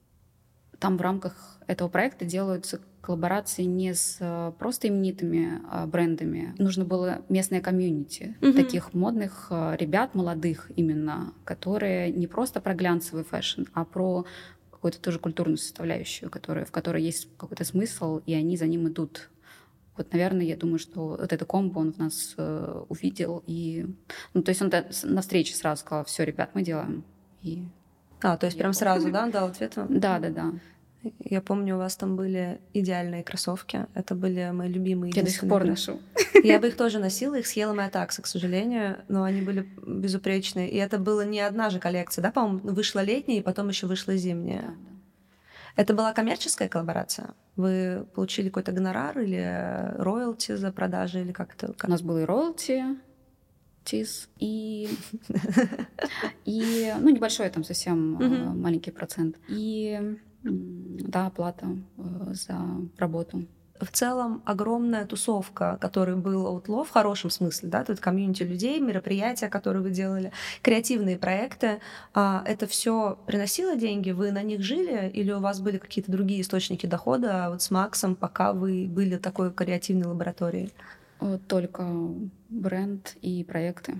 в рамках этого проекта делаются коллаборации не с просто именитыми брендами. Нужно было местное комьюнити, таких модных ребят, молодых именно, которые не просто про глянцевый фэшн, а про какую-то тоже культурную составляющую, в которой есть какой-то смысл, и они за ним идут. Вот, наверное, я думаю, что вот это комбо он в нас увидел. И... Ну, то есть он на встрече сразу сказал: все, ребят, мы делаем. И то есть прям сразу, да, дал ответ вам? Да. Я помню, у вас там были идеальные кроссовки. Это были мои любимые. Я до сих пор ношу. Я бы их тоже носила, их съела моя такса, к сожалению, но они были безупречные. И это была не одна же коллекция, да, по-моему, вышла летняя, и потом еще вышла зимняя. Да. Это была коммерческая коллаборация? Вы получили какой-то гонорар или роялти за продажи, или как это? У нас был и роялти, и небольшой там совсем маленький процент. И да, оплата за работу. В целом огромная тусовка, которой был Outlaw в хорошем смысле, да, тут комьюнити людей, мероприятия, которые вы делали, креативные проекты. Это все приносило деньги? Вы на них жили или у вас были какие-то другие источники дохода вот с Максом, пока вы были такой креативной лабораторией? Только бренд и проекты.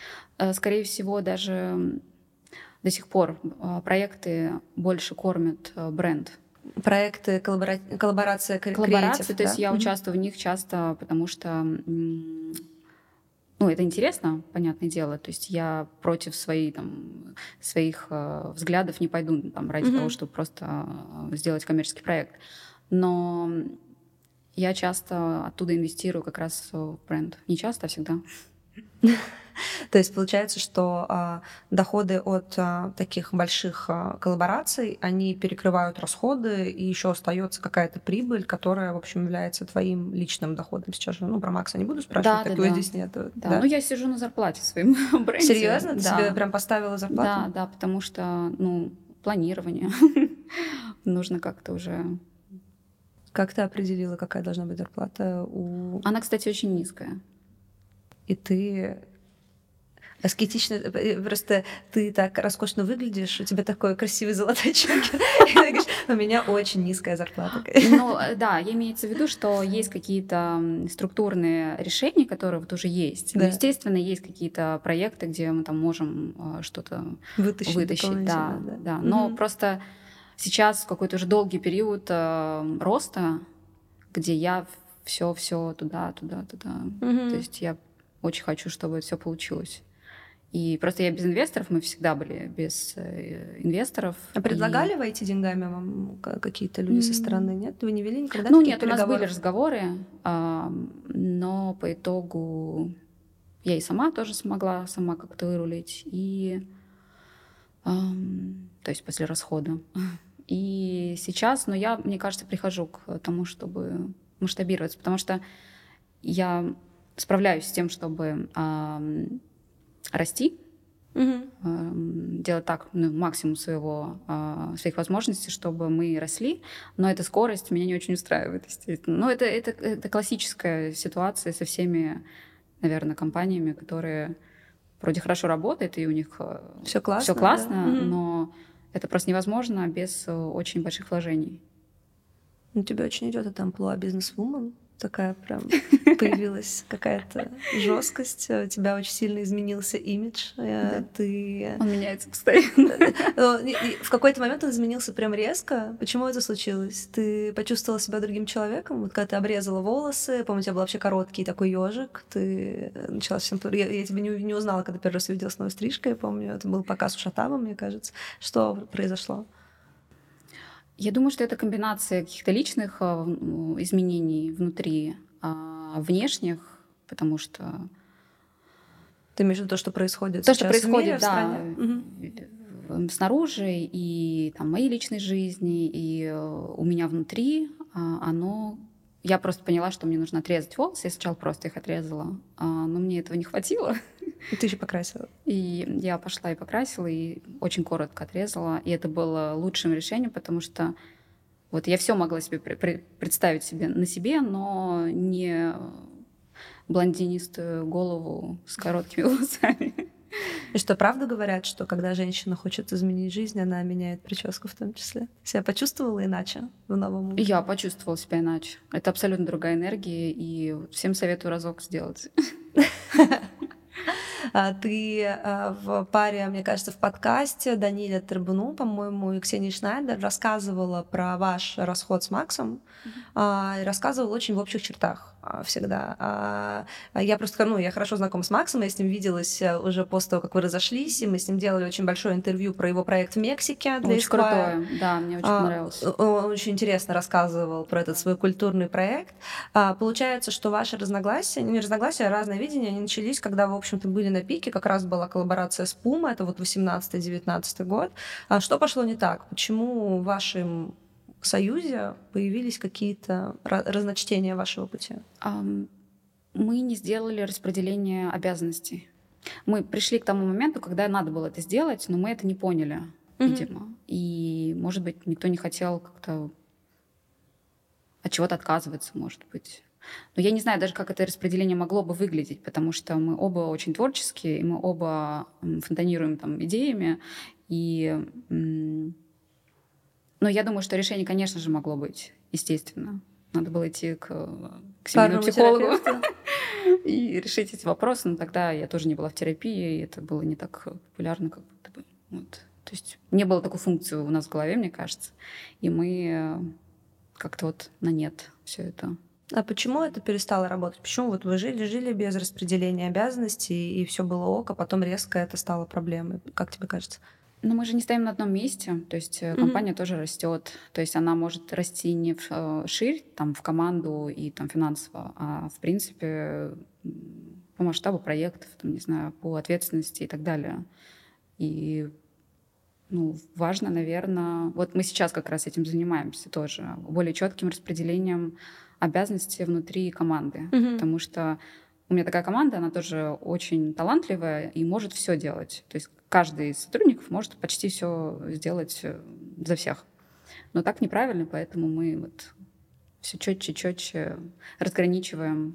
Скорее всего, даже до сих пор проекты больше кормят бренд. Проекты, коллаборация креатив, Коллаборации, то есть да? я участвую в них часто, потому что ну, это интересно, понятное дело. То есть я против своих взглядов не пойду там, ради того, чтобы просто сделать коммерческий проект. Но я часто оттуда инвестирую как раз в бренд. Не часто, а всегда. То есть получается, что доходы от таких больших коллабораций, они перекрывают расходы, и еще остается какая-то прибыль, которая, в общем, является твоим личным доходом. Сейчас же, про Макса не буду спрашивать, такого здесь нет. Да, ну я сижу на зарплате в своем бренде. Серьезно? Ты себе прям поставила зарплату? Да, потому что, планирование. Нужно как-то уже... Как ты определила, какая должна быть зарплата у... Она, кстати, очень низкая. И ты аскетично, просто ты так роскошно выглядишь, у тебя такой красивый золотой чокер, и ты говоришь, у меня очень низкая зарплата. Ну, да, имеется в виду, что есть какие-то структурные решения, которые вот уже есть. Да. Но, естественно, есть какие-то проекты, где мы там можем что-то вытащить. Да. Но просто сейчас какой-то уже долгий период роста, где я все туда. То есть я очень хочу, чтобы все получилось. И просто я без инвесторов, мы всегда были без инвесторов. А предлагали войти деньгами вам какие-то люди со стороны, нет? Вы не вели никогда Ну таких нет, переговоров? у нас были разговоры, но по итогу я и сама тоже смогла сама как-то вырулить, и то есть после расхода. И сейчас, я, мне кажется, прихожу к тому, чтобы масштабироваться, потому что я справляюсь с тем, чтобы расти, делать так, максимум своих возможностей, чтобы мы росли, но эта скорость меня не очень устраивает, естественно. Но это классическая ситуация со всеми, наверное, компаниями, которые вроде хорошо работают, и у них все классно, да? Но это просто невозможно без очень больших вложений. У тебя очень идет эта амплуа бизнес-вумен. Такая прям появилась какая-то жесткость, у тебя очень сильно изменился имидж. Да. Ты... Он меняется постоянно. В какой-то момент он изменился прям резко. Почему это случилось? Ты почувствовала себя другим человеком? Вот когда ты обрезала волосы, помню, у тебя был вообще короткий такой ежик, ты начала всем... Я тебя не узнала, когда первый раз увидела с новой стрижкой, я помню, это был показ у Шатава, мне кажется. Что произошло? Я думаю, что это комбинация каких-то личных изменений внутри, внешних, потому что... Ты имеешь в виду то, что происходит то, сейчас что происходит, в стране? Снаружи, и там, в моей личной жизни, и у меня внутри, оно... Я просто поняла, что мне нужно отрезать волосы. Я сначала просто их отрезала, но мне этого не хватило. И ты еще покрасила. И я пошла и покрасила, и очень коротко отрезала. И это было лучшим решением, потому что вот я все могла себе представить себе на себе, но не блондинистую голову с короткими волосами. И что, правда говорят, что когда женщина хочет изменить жизнь, она меняет прическу в том числе? Себя почувствовала иначе в новом мире? Я почувствовала себя иначе. Это абсолютно другая энергия, и всем советую разок сделать. Ты в паре, мне кажется, в подкасте Даниля Трибуну, по-моему, и Ксении Шнайдер рассказывала про ваш расход с Максом, и рассказывала очень в общих чертах всегда. Я просто, я хорошо знакома с Максом, я с ним виделась уже после того, как вы разошлись, и мы с ним делали очень большое интервью про его проект в Мексике для Очень крутое, да, мне очень понравилось. Он очень интересно рассказывал про этот свой культурный проект. Получается, что ваши разногласия, не разногласия, а разные видения, они начались, когда вы, в общем-то, были на пике, как раз была коллаборация с Puma, это вот 18-19 год. Что пошло не так? Почему в вашем союзе появились какие-то разночтения вашего пути? Мы не сделали распределение обязанностей. Мы пришли к тому моменту, когда надо было это сделать, но мы это не поняли, видимо. И, может быть, никто не хотел как-то от чего-то отказываться, может быть. Но я не знаю даже, как это распределение могло бы выглядеть, потому что мы оба очень творческие, и мы оба фонтанируем там идеями. Но я думаю, что решение, конечно же, могло быть, естественно. Надо было идти к семейному психологу. и решить эти вопросы. Но тогда я тоже не была в терапии, и это было не так популярно, как будто бы. Вот. То есть не было такой функции у нас в голове, мне кажется. И мы как-то вот на нет все это. А почему это перестало работать? Почему вот вы жили без распределения обязанностей, и все было ок, а потом резко это стало проблемой? Как тебе кажется? Но мы же не стоим на одном месте, то есть компания тоже растет, то есть она может расти не вширь, там, в команду и там, финансово, а в принципе по масштабу проектов, там, не знаю, по ответственности и так далее. И важно, наверное, вот мы сейчас как раз этим занимаемся тоже, более четким распределением обязанностей внутри команды, потому что у меня такая команда, она тоже очень талантливая и может все делать. То есть каждый из сотрудников может почти все сделать за всех. Но так неправильно, поэтому мы вот все четче разграничиваем,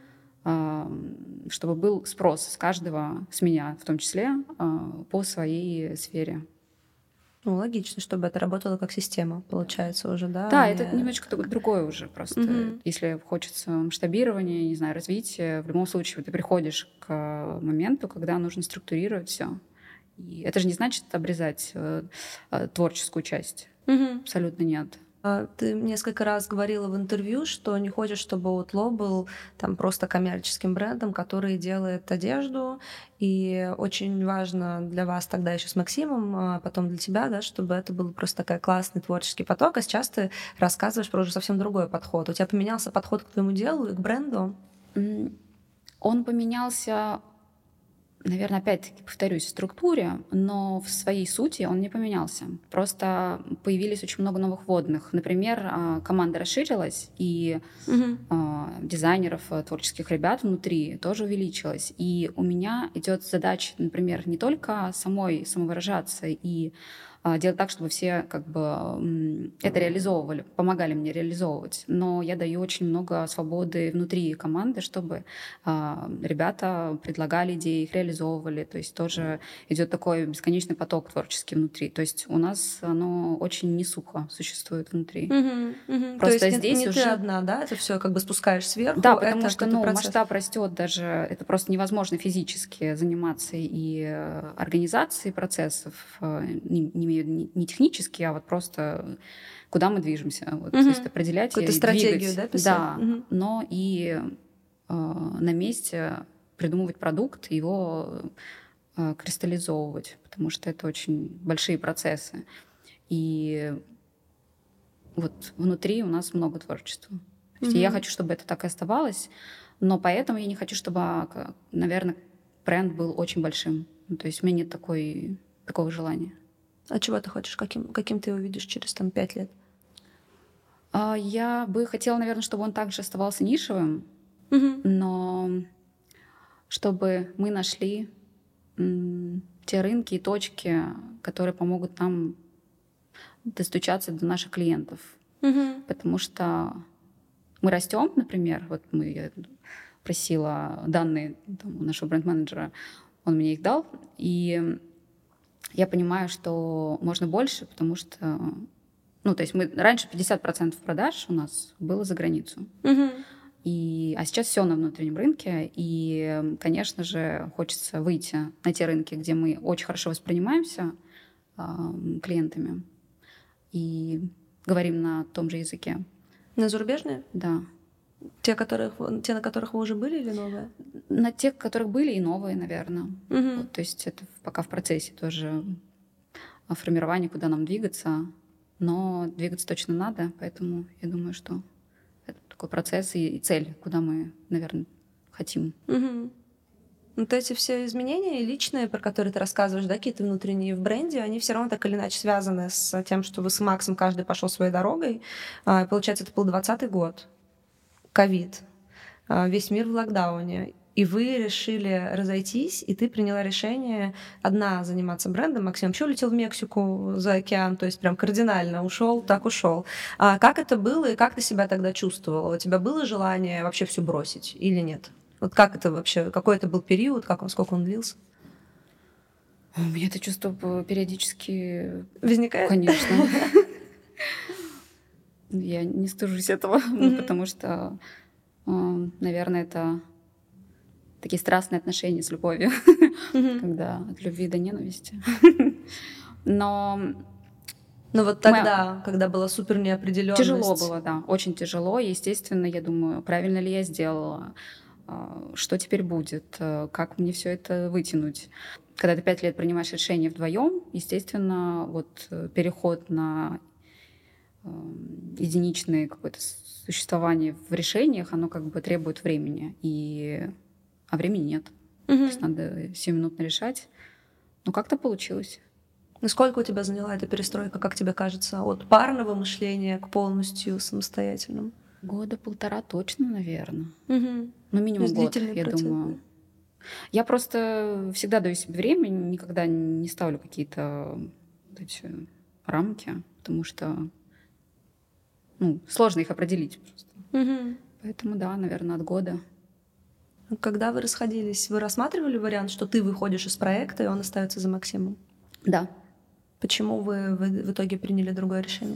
чтобы был спрос с каждого, с меня в том числе, по своей сфере. Ну, логично, чтобы это работало как система, получается, уже, да? Да, это немножечко другое уже просто. Если хочется масштабирования, не знаю, развития, в любом случае ты приходишь к моменту, когда нужно структурировать все. И это же не значит обрезать творческую часть. Абсолютно нет. Ты несколько раз говорила в интервью, что не хочешь, чтобы Outlaw был там просто коммерческим брендом, который делает одежду, и очень важно для вас тогда еще с Максимом, а потом для тебя, да, чтобы это был просто такой классный творческий поток, а сейчас ты рассказываешь про уже совсем другой подход. У тебя поменялся подход к твоему делу и к бренду? Он поменялся, наверное, опять-таки, повторюсь, в структуре, но в своей сути он не поменялся. Просто появились очень много новых вводных. Например, команда расширилась, и дизайнеров, творческих ребят внутри тоже увеличилось. И у меня идет задача, например, не только самой самовыражаться и делать так, чтобы все как бы это реализовывали, помогали мне реализовывать. Но я даю очень много свободы внутри команды, чтобы ребята предлагали идеи, их реализовывали. То есть тоже идет такой бесконечный поток творческий внутри. То есть у нас оно очень не сухо существует внутри. Просто то есть здесь не уже... ты одна, да? Это все как бы спускаешь сверху. Да, потому что масштаб растет даже. Это просто невозможно физически заниматься и организацией процессов, не технически, а вот просто куда мы движемся. Вот, то есть определять какую-то стратегию, да, писать? Да, но и на месте придумывать продукт, его кристаллизовывать, потому что это очень большие процессы. И вот внутри у нас много творчества. То есть я хочу, чтобы это так и оставалось, но поэтому я не хочу, чтобы, наверное, бренд был очень большим. То есть у меня нет такого желания. А чего ты хочешь? Каким ты его видишь через 5 лет? Я бы хотела, наверное, чтобы он также оставался нишевым, но чтобы мы нашли те рынки и точки, которые помогут нам достучаться до наших клиентов. Потому что мы растем, например, вот я просила данные у нашего бренд-менеджера, он мне их дал, и я понимаю, что можно больше, потому что, то есть мы раньше 50% продаж у нас было за границу. А сейчас все на внутреннем рынке, и, конечно же, хочется выйти на те рынки, где мы очень хорошо воспринимаемся клиентами и говорим на том же языке. На зарубежные? Да. Те, на которых вы уже были, или новые? На тех, которых были, и новые, наверное. Вот, то есть это пока в процессе тоже формирования, куда нам двигаться. Но двигаться точно надо, поэтому я думаю, что это такой процесс и цель, куда мы, наверное, хотим. Вот эти все изменения личные, про которые ты рассказываешь, да, какие-то внутренние в бренде, они все равно так или иначе связаны с тем, что вы с Максом каждый пошел своей дорогой. Получается, это был 2020 год, ковид, весь мир в локдауне. И вы решили разойтись, и ты приняла решение одна заниматься брендом. Максим вообще улетел в Мексику за океан, то есть прям кардинально ушел. А как это было, и как ты себя тогда чувствовала? У тебя было желание вообще все бросить или нет? Вот как это вообще, какой это был период, сколько он длился? У меня это чувство периодически... Возникает? Конечно. Я не стыжусь этого, потому что, наверное, это такие страстные отношения с любовью, когда от любви до ненависти. Но вот тогда, когда была супер неопределенность. Тяжело было, да, очень тяжело. Естественно, я думаю, правильно ли я сделала, что теперь будет, как мне все это вытянуть. Когда ты 5 лет принимаешь решение вдвоем, естественно, вот переход на единичное какое-то существование в решениях, оно как бы требует времени, а времени нет. То есть надо сиюминутно решать. Но как-то получилось. Насколько у тебя заняла эта перестройка, как тебе кажется, от парного мышления к полностью самостоятельному? 1.5 года точно, наверное. Ну, минимум год, я думаю. Я просто всегда даю себе время, никогда не ставлю какие-то вот эти рамки, потому что сложно их определить просто. Поэтому, да, наверное, от года. Когда вы расходились, вы рассматривали вариант, что ты выходишь из проекта, и он остается за Максимом? Да. Почему вы в итоге приняли другое решение?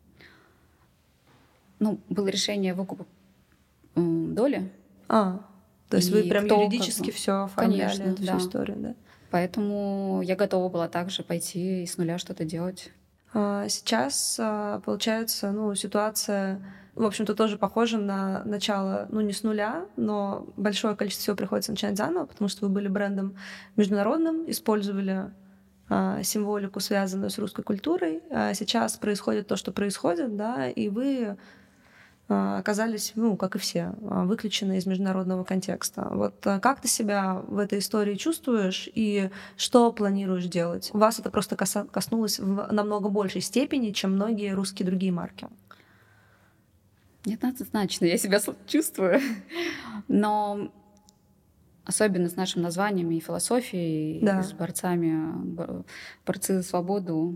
Было решение выкупа доли. То есть вы прям юридически все оформляли, конечно, эту всю историю, да? Поэтому я готова была также пойти и с нуля что-то делать. Сейчас, получается, ситуация, в общем-то, тоже похожа на начало, не с нуля, но большое количество всего приходится начинать заново, потому что вы были брендом международным, использовали символику, связанную с русской культурой. Сейчас происходит то, что происходит, да, и вы оказались, как и все, выключены из международного контекста. Вот как ты себя в этой истории чувствуешь и что планируешь делать? Вас это просто коснулось в намного большей степени, чем многие русские другие марки. Нет, однозначно, я себя чувствую. Но особенно с нашим названием и философией, и с борцы за свободу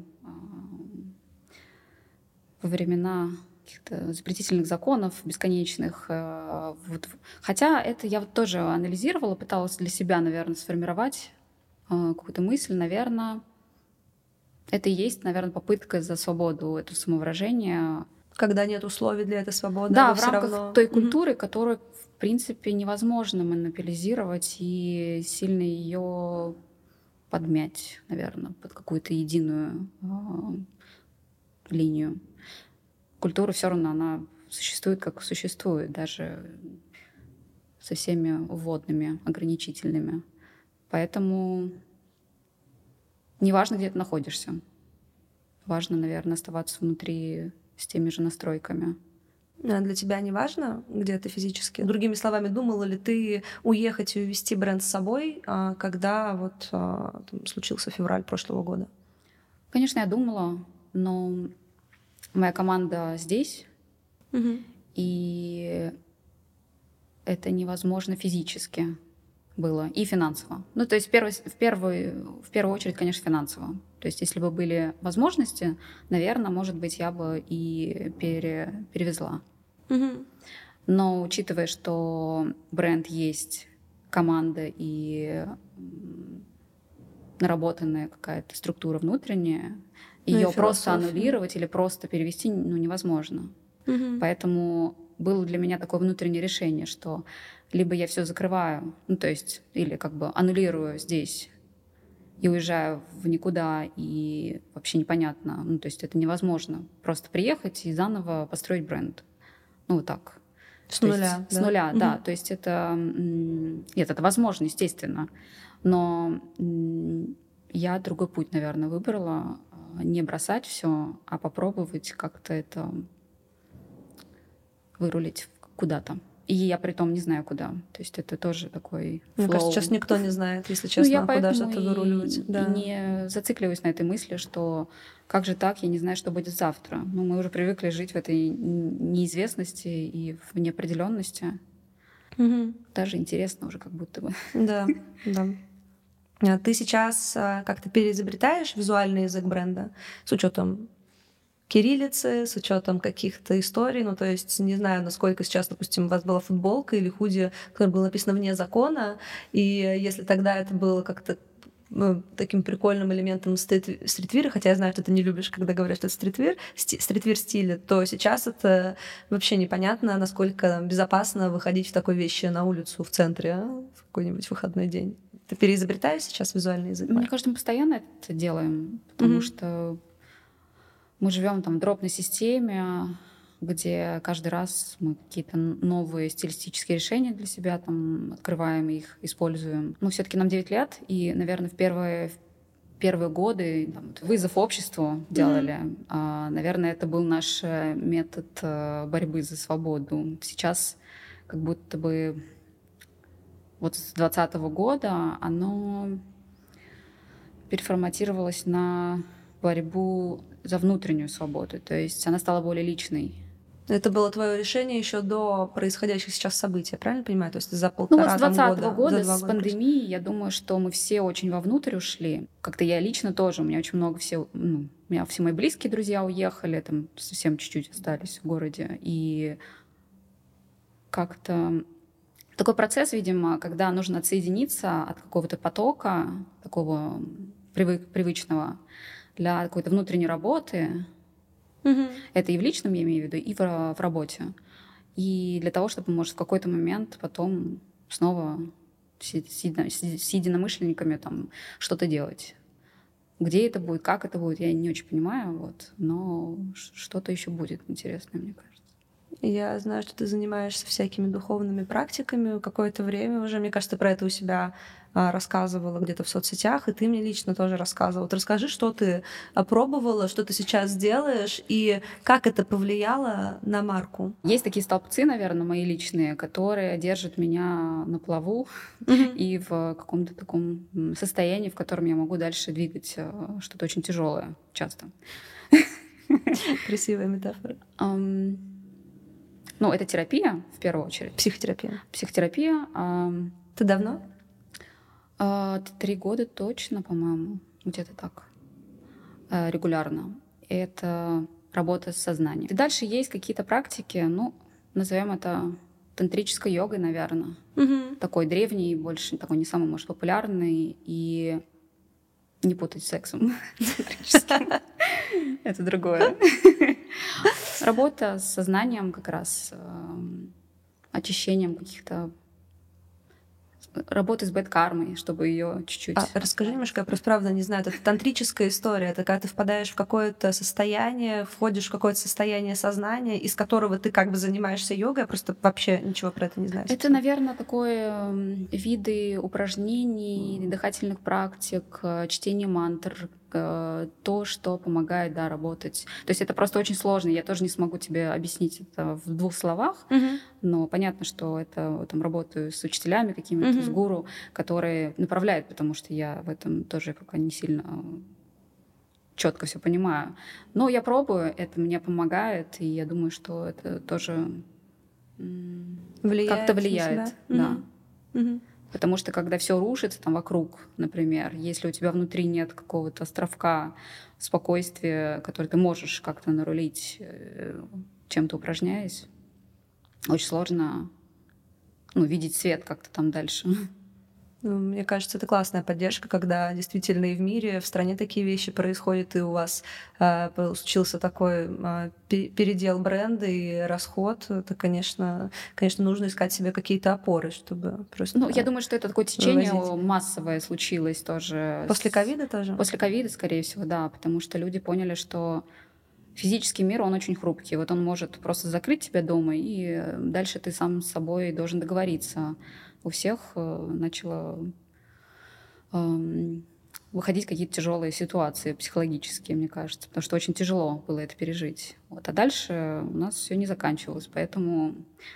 во времена каких-то запретительных законов бесконечных. Хотя это я тоже анализировала, пыталась для себя, наверное, сформировать какую-то мысль. Наверное, это и есть, наверное, попытка за свободу, это самовыражение. Когда нет условий для этой свободы, да, в рамках той культуры, которую, в принципе, невозможно монополизировать и сильно ее подмять, наверное, под какую-то единую линию. Культура все равно, она существует, как существует, даже со всеми вводными, ограничительными. Поэтому неважно, где ты находишься. Важно, наверное, оставаться внутри с теми же настройками. А для тебя не важно, где ты физически? Другими словами, думала ли ты уехать и увезти бренд с собой, когда случился февраль прошлого года? Конечно, я думала, но моя команда здесь, и это невозможно физически было и финансово. То есть в первую очередь, конечно, финансово. То есть если бы были возможности, наверное, может быть, я бы и перевезла. Но учитывая, что бренд есть, команда и наработанная какая-то структура внутренняя, ее просто аннулировать или просто перевести невозможно. Поэтому было для меня такое внутреннее решение, что либо я все закрываю, то есть или как бы аннулирую здесь и уезжаю в никуда, и вообще непонятно. То есть это невозможно просто приехать и заново построить бренд. Вот так. С нуля. С нуля, да. То есть это... Нет, это возможно, естественно. Но я другой путь, наверное, выбрала. Не бросать все, а попробовать как-то это вырулить куда-то. И я при том не знаю, куда. То есть это тоже такой flow. Мне кажется, сейчас никто не знает, если честно, куда что-то выруливать. И не зацикливаюсь на этой мысли, что как же так, я не знаю, что будет завтра. Мы уже привыкли жить в этой неизвестности и в неопределенности. Даже интересно уже как будто бы. Да. Ты сейчас как-то переизобретаешь визуальный язык бренда с учетом кириллицы, с учетом каких-то историй. То есть не знаю, насколько сейчас, допустим, у вас была футболка или худи, которая была написана вне закона, и если тогда это было как-то таким прикольным элементом стритвира, хотя я знаю, что ты не любишь, когда говорят, что это стритвир стиля, то сейчас это вообще непонятно, насколько безопасно выходить в такой вещи на улицу в центре в какой-нибудь выходной день. Ты переизобретаешь сейчас визуальный язык? Мне кажется, мы постоянно это делаем, потому что мы живем там в дропной системе, где каждый раз мы какие-то новые стилистические решения для себя там открываем, их используем. Но все-таки нам 9 лет, и, наверное, в первые годы там, вызов обществу делали. Наверное, это был наш метод борьбы за свободу. Сейчас как будто бы вот с 2020 года оно переформатировалось на борьбу за внутреннюю свободу. То есть она стала более личной. Это было твое решение еще до происходящих сейчас событий, я правильно понимаю? То есть за Вот полтора с 2020 года, за 2 с года пандемией, я думаю, что мы все очень вовнутрь ушли. Как-то я лично тоже. У меня очень много у меня все мои близкие друзья уехали, там совсем чуть-чуть остались в городе. И как-то такой процесс, видимо, когда нужно отсоединиться от какого-то потока, такого привычного, для какой-то внутренней работы. Это и в личном, я имею в виду, и в работе. И для того, чтобы, может, в какой-то момент потом снова с единомышленниками там что-то делать. Где это будет, как это будет, я не очень понимаю, но что-то еще будет интересное, мне кажется. Я знаю, что ты занимаешься всякими духовными практиками какое-то время уже. Мне кажется, ты про это у себя рассказывала где-то в соцсетях, и ты мне лично тоже рассказывала. Вот расскажи, что ты опробовала, что ты сейчас делаешь, и как это повлияло на марку. Есть такие столбцы, наверное, мои личные, которые держат меня на плаву и в каком-то таком состоянии, в котором я могу дальше двигать что-то очень тяжелое часто. Красивая метафора. Это терапия, в первую очередь. Психотерапия. Психотерапия. Ты давно? 3 года точно, по-моему, где-то так, регулярно. Это работа с сознанием. И дальше есть какие-то практики, назовем это тантрической йогой, наверное. Такой древний, больше такой не самый, может, популярный, и не путать с сексом тантрическим. Это другое. Работа с сознанием как раз, очищением каких-то, работы с бэд-кармой, чтобы ее чуть-чуть... Расскажи немножко, я просто правда не знаю, это тантрическая история, это когда ты впадаешь в какое-то состояние, входишь в какое-то состояние сознания, из которого ты как бы занимаешься йогой, я просто вообще ничего про это не знаю. Это, наверное, такое виды упражнений, дыхательных практик, чтение мантр, то, что помогает, работать. То есть это просто очень сложно. Я тоже не смогу тебе объяснить это в 2 словах, но понятно, что это там работаю с учителями какими-то, с гуру, которые направляют, потому что я в этом тоже пока не сильно четко все понимаю. Но я пробую, это мне помогает, и я думаю, что это тоже как-то влияет. Да. Потому что когда все рушится там вокруг, например, если у тебя внутри нет какого-то островка спокойствия, который ты можешь как-то нарулить, чем-то упражняясь, очень сложно видеть свет как-то там дальше. Мне кажется, это классная поддержка, когда действительно и в мире, в стране такие вещи происходят, и у вас случился такой передел бренда и расход. Это, конечно, нужно искать себе какие-то опоры, чтобы просто... Я думаю, что это такое течение массовое случилось тоже. После ковида тоже? После ковида, скорее всего, да, потому что люди поняли, что физический мир, он очень хрупкий. Он может просто закрыть тебя дома, и дальше ты сам с собой должен договориться. У всех начало выходить какие-то тяжелые ситуации психологические, мне кажется, потому что очень тяжело было это пережить. А дальше у нас все не заканчивалось, поэтому,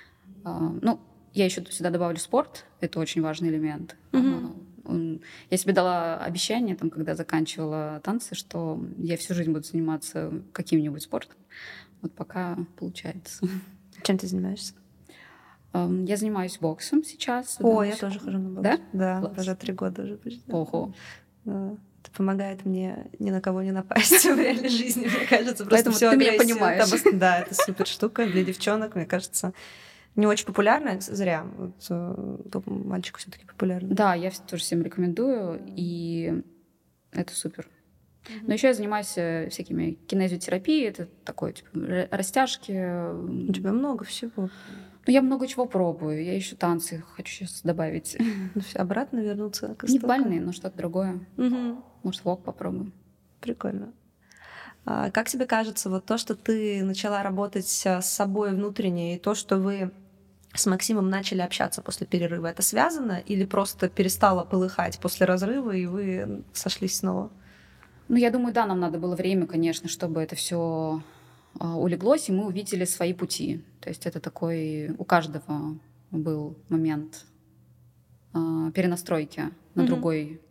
я еще сюда добавлю спорт, это очень важный элемент. Я себе дала обещание, когда заканчивала танцы, что я всю жизнь буду заниматься каким-нибудь спортом. Пока получается. Чем ты занимаешься? Я занимаюсь боксом сейчас. Я тоже хожу на бокс. Да? Да, уже 3 года уже почти. Ого. Это помогает мне ни на кого не напасть в реальной жизни, мне кажется. Поэтому ты меня понимаешь. Да, это супер штука для девчонок, мне кажется. Не очень популярная, зря. Мальчику все-таки популярный. Да, я тоже всем рекомендую, и это супер. Но еще я занимаюсь всякими кинезиотерапией, это такое, типа, растяжки. У тебя много всего. Ну, я много чего пробую. Я еще танцы хочу сейчас добавить. Обратно вернуться к Не истокам. бальные, но что-то другое. Может, вок попробую. Прикольно. Как тебе кажется, вот то, что ты начала работать с собой внутренне, и то, что вы с Максимом начали общаться после перерыва, это связано или просто перестало полыхать после разрыва, и вы сошлись снова? Ну, я думаю, да, нам надо было время, конечно, чтобы это все улеглось, и мы увидели свои пути. То есть это такой... У каждого был момент перенастройки на другой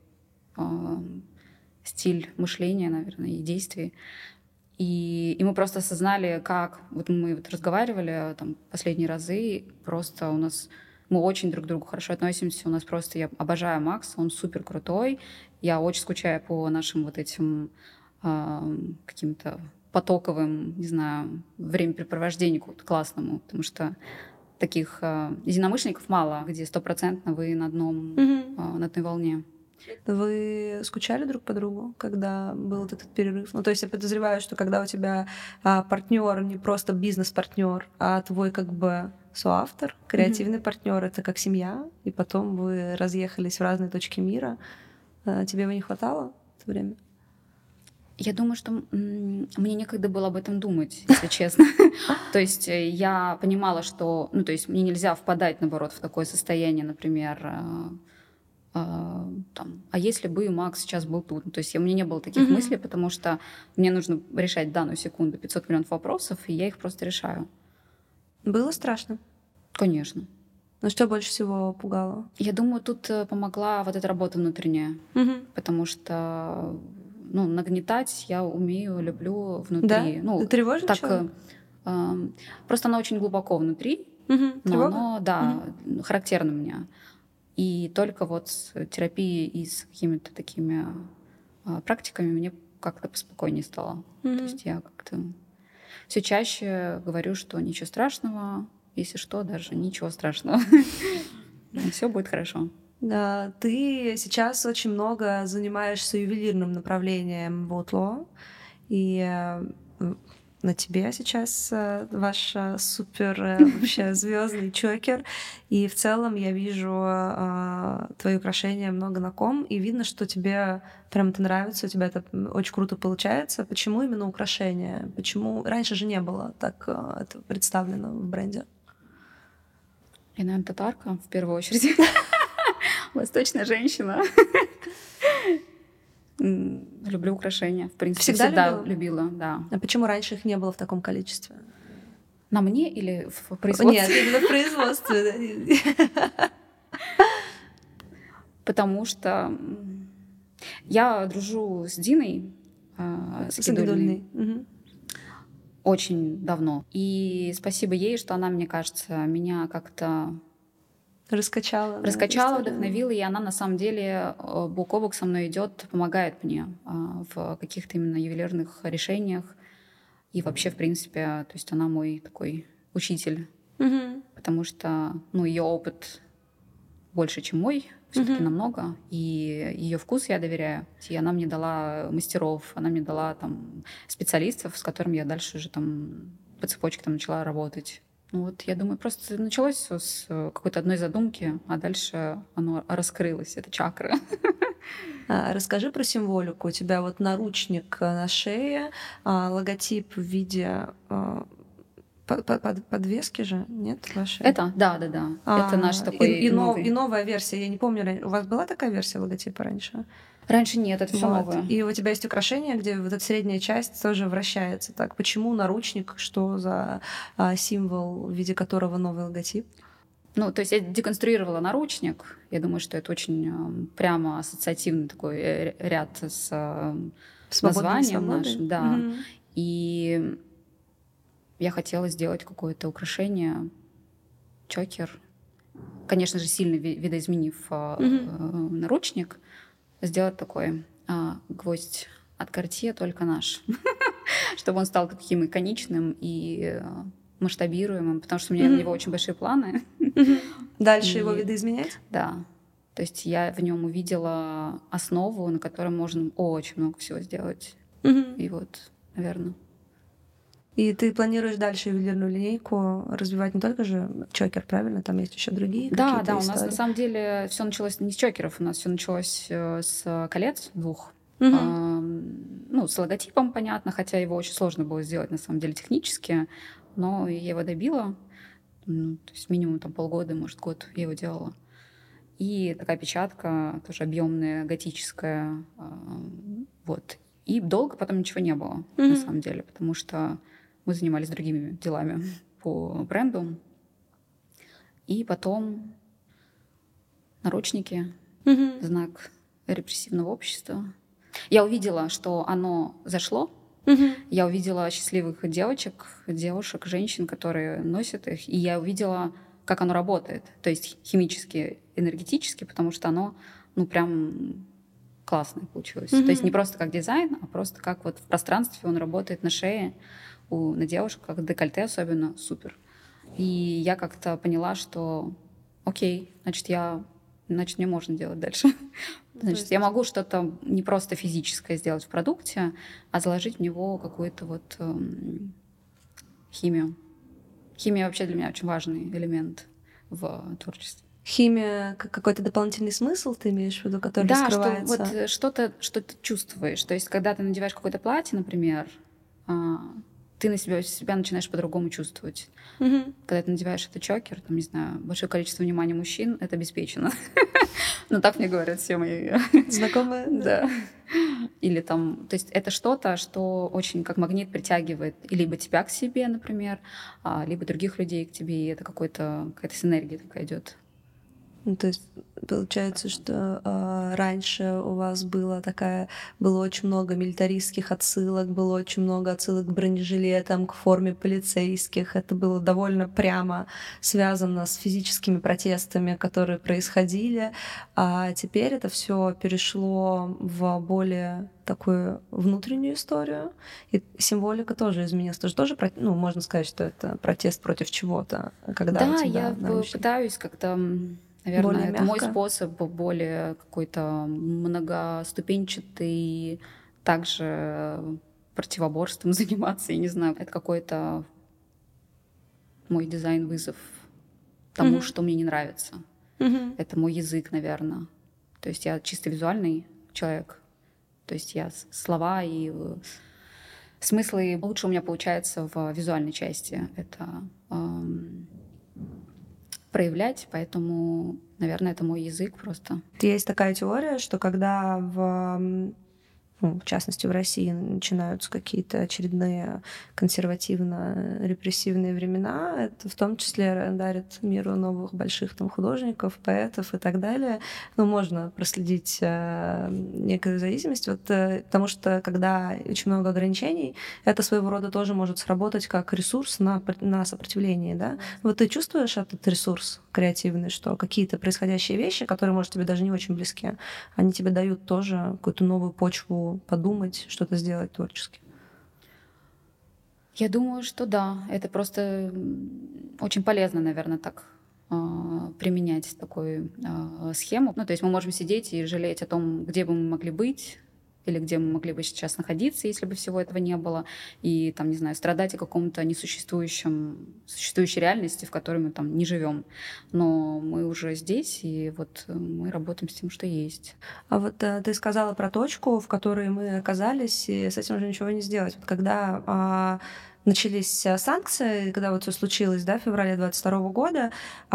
стиль мышления, наверное, и действий. И мы просто осознали, как... Вот мы вот разговаривали там последние разы, просто у нас... Мы очень друг к другу хорошо относимся. У нас просто... Я обожаю Макса, он супер крутой. Я очень скучаю по нашим вот этим каким-то потоковым, не знаю, времяпрепровождению классному, потому что таких единомышленников мало, где 100% вы на одной волне. Вы скучали друг по другу, когда был вот этот перерыв? Ну, то есть я подозреваю, что когда у тебя партнер не просто бизнес-партнер, а твой как бы соавтор, креативный партнер, это как семья, и потом вы разъехались в разные точки мира. Тебе его не хватало в это время? Я думаю, что мне некогда было об этом думать, если честно. То есть я понимала, что... Ну, то есть мне нельзя впадать, наоборот, в такое состояние, например... а если бы Макс сейчас был тут? Ну, то есть у меня не было таких мыслей, потому что мне нужно решать в данную секунду 500 миллионов вопросов, и я их просто решаю. Было страшно? Конечно. Но что больше всего пугало? Я думаю, тут помогла вот эта работа внутренняя, потому что нагнетать я умею, люблю внутри. Да? Ну, ты тревожный так, человек? Просто оно очень глубоко внутри, но оно, характерно мне. И только вот с терапией и с какими-то такими практиками мне как-то поспокойнее стало. То есть я как-то все чаще говорю, что ничего страшного, если что, даже ничего страшного. Все будет хорошо. Да, ты сейчас очень много занимаешься ювелирным направлением в Outlaw, и на тебе сейчас ваш супер вообще звездный чокер, и в целом я вижу твои украшения много на ком, и видно, что тебе прям это нравится, у тебя это очень круто получается. Почему именно украшения? Почему раньше же не было так это представлено в бренде? Я, наверное, татарка в первую очередь. Восточная женщина. Люблю украшения. В принципе, всегда любила, да. А почему раньше их не было в таком количестве? На мне или в производстве? Нет, именно в производстве. Потому что я дружу с Диной Сагидульной очень давно. И спасибо ей, что она, мне кажется, меня как-то раскачала, вдохновила, и она на самом деле бок о бок со мной идет, помогает мне в каких-то именно ювелирных решениях. И вообще, в принципе, то есть она мой такой учитель. Потому что ее опыт больше, чем мой, все-таки намного. И ее вкус я доверяю. И она мне дала мастеров, она мне дала там специалистов, с которыми я дальше уже там по цепочке там начала работать. Ну вот, я думаю, просто началось с какой-то одной задумки, а дальше оно раскрылось, это чакра. Расскажи про символику. У тебя вот наручник на шее, логотип в виде подвески же, нет? Вашей? Это? Да. Это наш такой и новая версия. Я не помню, у вас была такая версия логотипа раньше? Раньше нет, это все новое. И у тебя есть украшение, где вот эта средняя часть тоже вращается. Так, почему наручник? Что за символ, в виде которого новый логотип? Ну, то есть я деконструировала наручник. Я думаю, что это очень прямо ассоциативный такой ряд с названием нашим. Да. И я хотела сделать какое-то украшение, чокер. Конечно же, сильно видоизменив наручник, сделать такой гвоздь от Cartier, только наш. Чтобы он стал таким иконичным и масштабируемым, потому что у меня на него очень большие планы. Дальше его видоизменять? Да. То есть я в нем увидела основу, на которой можно очень много всего сделать. И вот, наверное. И ты планируешь дальше ювелирную линейку развивать не только же чокер, правильно? Там есть еще другие какие-то Да, истории? у нас на самом деле все началось не с чокеров, у нас все началось с колец 2. Ну, с логотипом, понятно, хотя его очень сложно было сделать, на самом деле, технически, но я его добила. То есть минимум там полгода, может, год я его делала. И такая печатка, тоже объемная, готическая. Вот. И долго потом ничего не было, на самом деле, потому что мы занимались другими делами по бренду. И потом наручники, знак репрессивного общества. Я увидела, что оно зашло. Я увидела счастливых девушек, женщин, которые носят их. И я увидела, как оно работает. То есть химически, энергетически, потому что оно, прям классное получилось. То есть не просто как дизайн, а просто как вот в пространстве он работает на шее, на девушек, как декольте особенно, супер. И я как-то поняла, что окей, значит, мне можно делать дальше. Значит, я могу что-то не просто физическое сделать в продукте, а заложить в него какую-то вот химию. Химия вообще для меня очень важный элемент в творчестве. Химия, какой-то дополнительный смысл ты имеешь в виду, который скрывается? Да, вот что-то, что ты чувствуешь. То есть, когда ты надеваешь какое-то платье, например, ты на себя начинаешь по-другому чувствовать. Когда ты надеваешь этот чокер, там, не знаю, большое количество внимания мужчин, это обеспечено. Ну, так мне говорят все мои знакомые. Да. Или там, то есть это что-то, что очень как магнит притягивает либо тебя к себе, например, либо других людей к тебе, и это какая-то синергия такая идет. Ну, то есть получается, что раньше у вас было очень много милитаристских отсылок, было очень много отсылок к бронежилетам, к форме полицейских. Это было довольно прямо связано с физическими протестами, которые происходили. А теперь это все перешло в более такую внутреннюю историю. И символика тоже изменилась. Тоже можно сказать, что это протест против чего-то, когда да, у тебя... я пытаюсь как-то... Наверное, более это мягко. мой способ более какой-то многоступенчатый, также противоборством заниматься, я не знаю. Это какой-то мой дизайн-вызов тому, что мне не нравится. Это мой язык, наверное. То есть я чисто визуальный человек. То есть я слова и смыслы лучше у меня получается в визуальной части. Это... проявлять, поэтому, наверное, это мой язык просто. Есть такая теория, что когда в частности, в России начинаются какие-то очередные консервативно-репрессивные времена, это в том числе дарит миру новых больших художников, поэтов и так далее. Можно проследить некую зависимость, потому что когда очень много ограничений, это своего рода тоже может сработать как ресурс на сопротивление. Да? Ты чувствуешь этот ресурс креативный, что какие-то происходящие вещи, которые, может, тебе даже не очень близки, они тебе дают тоже какую-то новую почву подумать, что-то сделать творчески? Я думаю, что да. Это просто очень полезно, наверное, так применять такую схему. То есть мы можем сидеть и жалеть о том, где бы мы могли быть, или где мы могли бы сейчас находиться, если бы всего этого не было, и там, не знаю, страдать о каком-то существующей реальности, в которой мы там не живем. Но мы уже здесь, и вот мы работаем с тем, что есть. А ты сказала про точку, в которой мы оказались, и с этим уже ничего не сделать. Когда начались санкции, когда все случилось, в феврале 2022 года,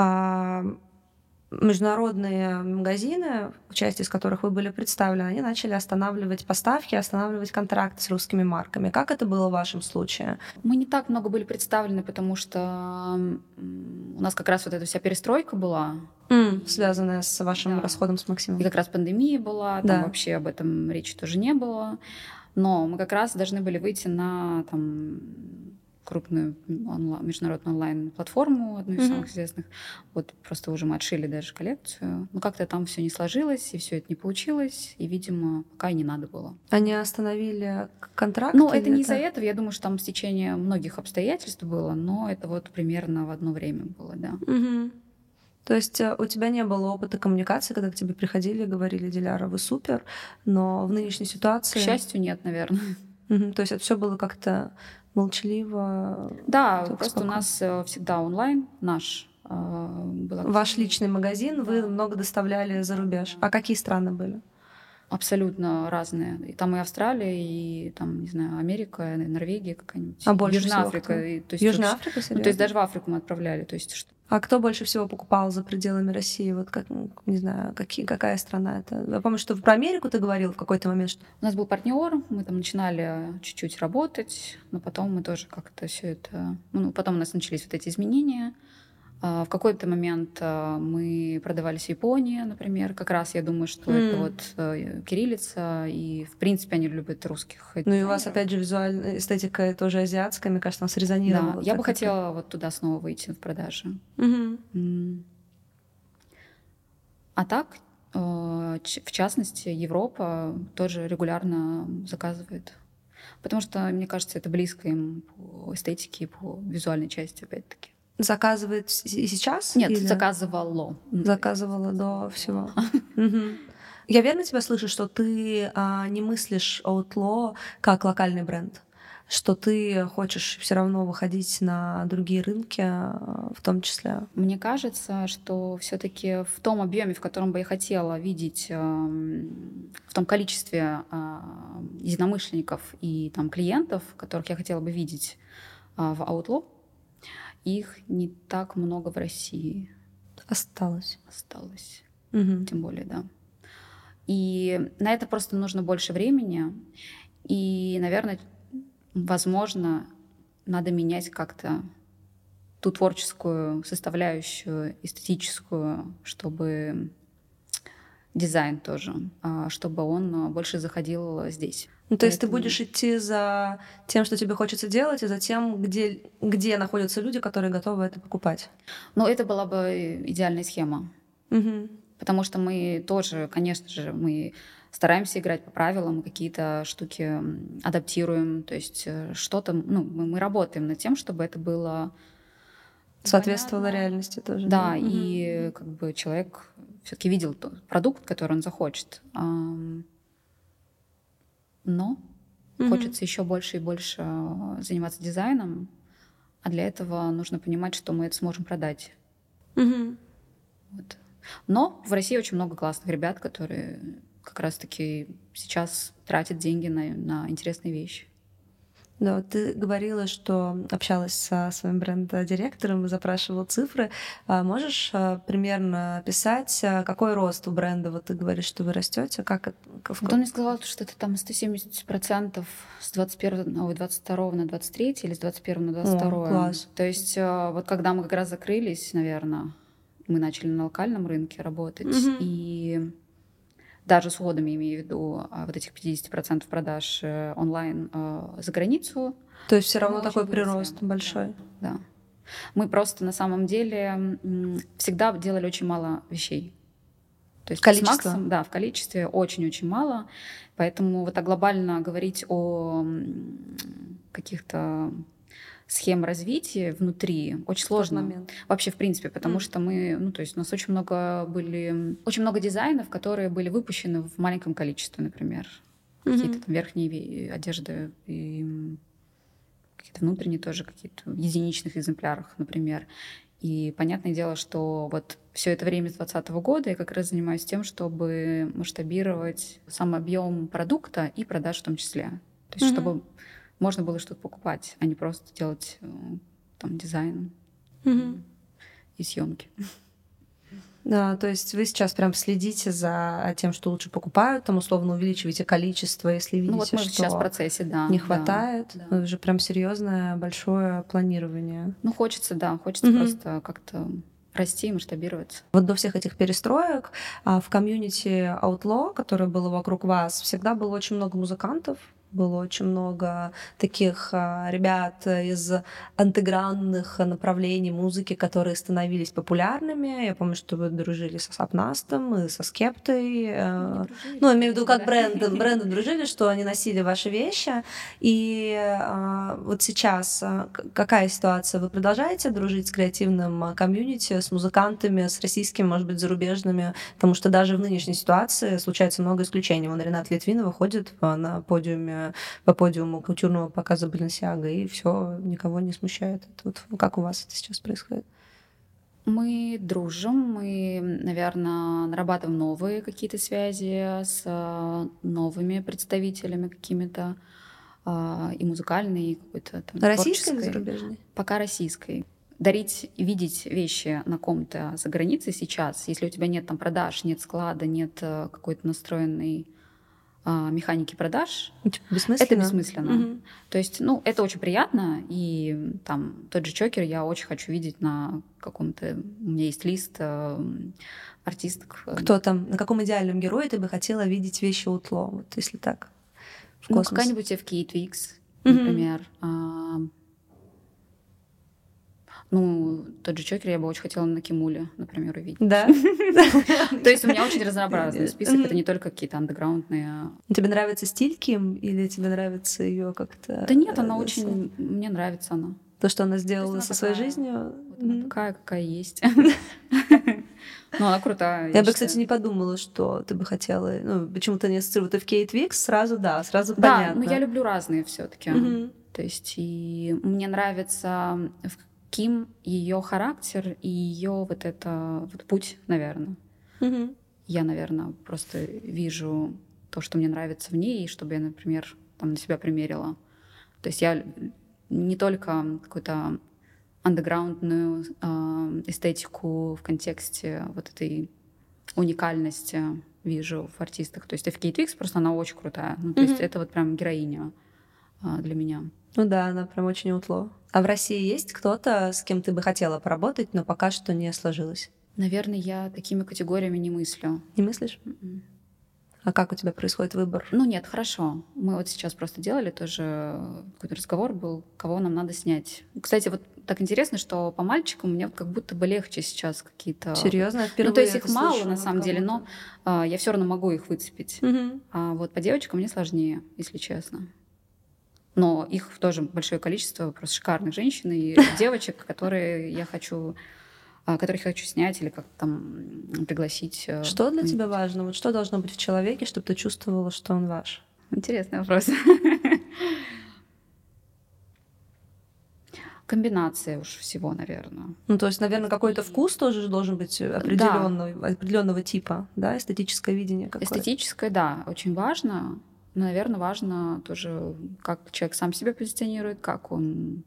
международные магазины, в части из которых вы были представлены, они начали останавливать поставки, останавливать контракты с русскими марками. Как это было в вашем случае? Мы не так много были представлены, потому что у нас как раз эта вся перестройка была. Связанная с вашим расходом с Максимом. И как раз пандемия была, там вообще об этом речи тоже не было. Но мы как раз должны были выйти на крупную международную онлайн-платформу, одну из самых известных. Вот просто уже мы отшили даже коллекцию. Но как-то там все не сложилось, и все это не получилось, и, видимо, пока и не надо было. Они остановили контракт? Ну, это не из-за этого. Я думаю, что там стечение многих обстоятельств было, но это вот примерно в одно время было, да. То есть у тебя не было опыта коммуникации, когда к тебе приходили и говорили: Диляра, вы супер, но в нынешней ситуации... К счастью, нет, наверное. То есть это все было как-то молчаливо? Да, просто у нас всегда онлайн наш был. Ваш личный магазин, вы много доставляли за рубеж. А какие страны были? Абсолютно разные. И там и Австралия, и там, не знаю, Америка, и Норвегия какая-нибудь. А больше Южная всего Африка. кто? То есть Южная Африка, серьезно? то есть даже в Африку мы отправляли. То есть, А кто больше всего покупал за пределами России? Вот как, не знаю, какая страна это? Я помню, что про Америку ты говорил в какой-то момент. Что... У нас был партнер, мы там начинали чуть-чуть работать, но потом мы тоже как-то все это... Ну, потом у нас начались вот эти изменения. В какой-то момент мы продавались в Японии, например. Как раз я думаю, что это вот кириллица, и в принципе они любят русских. Ну и у вас опять же визуальная эстетика тоже азиатская, мне кажется, она срезонировала. Да, я бы хотела вот туда снова выйти в продажи. А так, в частности, Европа тоже регулярно заказывает. Потому что, мне кажется, это близко им по эстетике и по визуальной части, опять-таки. Заказывает и сейчас? Нет, или... заказывала. Заказывала до всего. Я верно тебя слышу, что ты не мыслишь Outlaw как локальный бренд? Что ты хочешь все равно выходить на другие рынки, в том числе? Мне кажется, что все-таки в том объеме, в котором бы я хотела видеть, в том количестве единомышленников и там, клиентов, которых я хотела бы видеть в Outlaw, их не так много в России. Осталось. Тем более, да. И на это просто нужно больше времени. И, наверное, возможно, надо менять как-то ту творческую составляющую, эстетическую, чтобы дизайн тоже, чтобы он больше заходил здесь. Ну, то есть ты будешь идти за тем, что тебе хочется делать, и за тем, где находятся люди, которые готовы это покупать? Ну, это была бы идеальная схема. Потому что мы тоже, конечно же, мы стараемся играть по правилам, какие-то штуки адаптируем, то есть что-то, ну, мы работаем над тем, чтобы это было... Соответствовало реальности тоже. Да, и как бы человек все-таки видел тот продукт, который он захочет. Но хочется еще больше и больше заниматься дизайном, а для этого нужно понимать, что мы это сможем продать. Вот. Но в России очень много классных ребят, которые как раз-таки сейчас тратят деньги на интересные вещи. Да, ты говорила, что общалась со своим бренд-директором, запрашивала цифры. Можешь примерно описать, какой рост у бренда? Вот ты говоришь, что вы растете. Как это? Вот он мне сказал, что это там 170% с 22 на 23 или с 21 на 22. Класс. То есть вот когда мы как раз закрылись, наверное, мы начали на локальном рынке работать, и даже с уходами, имею в виду, вот этих 50% продаж онлайн за границу. То есть все равно такой прирост большой. Да. Мы просто на самом деле всегда делали очень мало вещей. То есть количество? С Максом, да, в количестве очень-очень мало. Поэтому вот так глобально говорить о каких-то схем развития внутри очень сложно. Вообще, в принципе, потому что мы, ну, то есть у нас очень много дизайнов, которые были выпущены в маленьком количестве, например. Какие-то там верхние одежды и какие-то внутренние тоже, какие-то в единичных экземплярах, например. И понятное дело, что вот все это время с 2020 года я как раз занимаюсь тем, чтобы масштабировать сам объем продукта и продаж в том числе. То есть чтобы можно было что-то покупать, а не просто делать там дизайн и съемки. Да, то есть вы сейчас прям следите за тем, что лучше покупают, там условно увеличиваете количество, если видите, ну, вот мы что сейчас в процессе, да, не хватает. Да. Это же прям серьезное большое планирование. Ну, хочется просто как-то расти и масштабироваться. Вот до всех этих перестроек в комьюнити Outlaw, которое было вокруг вас, всегда было очень много музыкантов. было очень много таких ребят из андеграундных направлений музыки, которые становились популярными. Я помню, что вы дружили со Сапнастом и со Скептой. Ну, имею в виду, как бренды дружили, что они носили ваши вещи. И вот сейчас какая ситуация? Вы продолжаете дружить с креативным комьюнити, с музыкантами, с российскими, может быть, зарубежными? Потому что даже в нынешней ситуации случается много исключений. Вон Ренат Литвинова ходит по подиуму культурного показа Balenciaga, и все никого не смущает. Это вот как у вас это сейчас происходит? Мы дружим, мы, наверное, нарабатываем новые какие-то связи с новыми представителями какими-то, и музыкальной, и какой-то там Российской или творческой. зарубежной? Пока российской. Дарить и видеть вещи на ком-то за границей сейчас, если у тебя нет там продаж, нет склада, нет какой-то настроенной механики продаж, Бессмысленно? это бессмысленно. Мгм. То есть, ну, это очень приятно, и там тот же Чокер я очень хочу видеть на каком-то... У меня есть лист артисток. Кто там, на каком идеальном герое ты бы хотела видеть вещи Утло, вот если так, в Ну, космос? какая-нибудь FK Twix, Мгм. например. Ну, тот же Чокер я бы очень хотела на Кимуле, например, увидеть. Да? То есть у меня очень разнообразный список, это не только какие-то андеграундные. Тебе нравится стиль Ким или тебе нравится ее как-то... Да нет, она очень... Мне нравится она. То, что она То есть сделала она со своей такая, жизнью? вот она такая, какая есть. Ну, она крутая. Я бы, кстати, не подумала, что ты бы хотела... Ну, почему-то не ассоциирую. Вот FK Twix сразу, да, сразу Да, понятно. но я люблю разные все-таки. Мгм. То есть и мне нравится в Ким ее характер и ее вот это вот путь, наверное. Мгм. Я, наверное, просто вижу то, что мне нравится в ней, и чтобы я, например, там на себя примерила. То есть я не только какую-то андеграундную эстетику в контексте вот этой уникальности вижу в артистах. То есть FK Twix просто она очень крутая. Ну, то есть это вот прям героиня для меня. Ну да, она прям очень утло. А в России есть кто-то, с кем ты бы хотела поработать, но пока что не сложилось? Наверное, я такими категориями не мыслю. Не мыслишь? А как у тебя происходит выбор? Ну нет, хорошо. Мы вот сейчас просто делали тоже какой-то разговор был, кого нам надо снять. Кстати, вот так интересно, что по мальчикам мне как будто бы легче сейчас какие-то... Серьезно? Я впервые Ну, то есть это их мало слышу на от самом деле, но я все равно могу их выцепить. Мгм. А вот по девочкам мне сложнее, если честно. Но их тоже большое количество просто шикарных женщин и девочек, которых я хочу снять или как-то там пригласить. Что для тебя важно? Вот что должно быть в человеке, чтобы ты чувствовала, что он ваш? Интересный вопрос. Комбинация уж всего, наверное. Ну, то есть, наверное, какой-то вкус тоже же должен быть определенного типа, да, эстетическое видение какое-то. Эстетическое, да, очень важно. Но, наверное, важно тоже, как человек сам себя позиционирует, как он...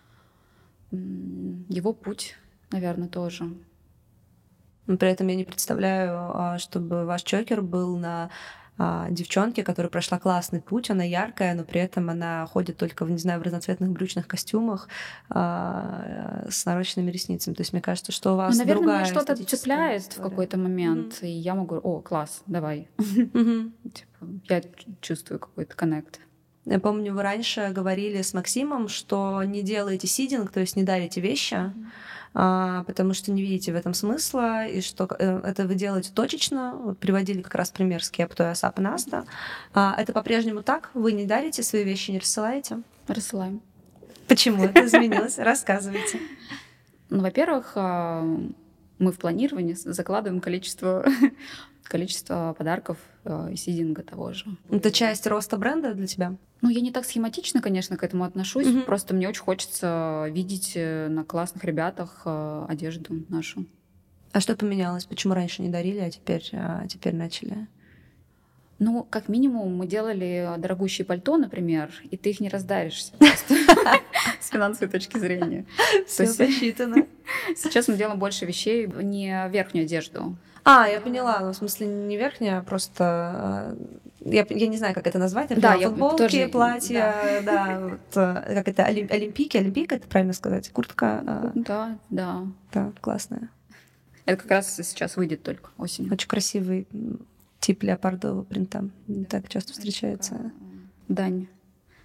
Его путь, наверное, тоже. Но при этом я не представляю, чтобы ваш чокер был на девчонке, которая прошла классный путь, она яркая, но при этом она ходит только, не знаю, в разноцветных брючных костюмах с нарощенными ресницами. То есть мне кажется, что у вас наверное, другая меня что-то эстетическая цепляет история. в какой-то момент, и я могу... О, класс, давай. Мгм. Типа, я чувствую какой-то коннект. Я помню, вы раньше говорили с Максимом, что не делаете сидинг, то есть не дарите вещи, потому что не видите в этом смысла, и что это вы делаете точечно. Вот приводили как раз пример с Кептой и Асап Наста. Это по-прежнему так? Вы не дарите свои вещи, не рассылаете? Рассылаем. Почему это изменилось? Рассказывайте. Ну, во-первых, мы в планировании закладываем количество подарков и сидинга того же. Это часть роста бренда для тебя? Ну, я не так схематично, конечно, к этому отношусь. Мгм. Просто мне очень хочется видеть на классных ребятах одежду нашу. А что поменялось? Почему раньше не дарили, а теперь начали? Ну, как минимум, мы делали дорогущие пальто, например, и ты их не раздаришься просто с финансовой точки зрения. Все есть- посчитано. Сейчас мы делаем больше вещей, не верхнюю одежду. Я поняла. Ну, в смысле, не верхняя, а просто... Я не знаю, как это назвать. Я Да, поняла, я футболки, тоже- платья, да. Вот, как это, олимпийки? Олимпийка, это правильно сказать? Куртка, Да. да, классная. Это как раз сейчас выйдет только осенью. Очень красивый тип леопардового принта. Не так часто встречается. Дань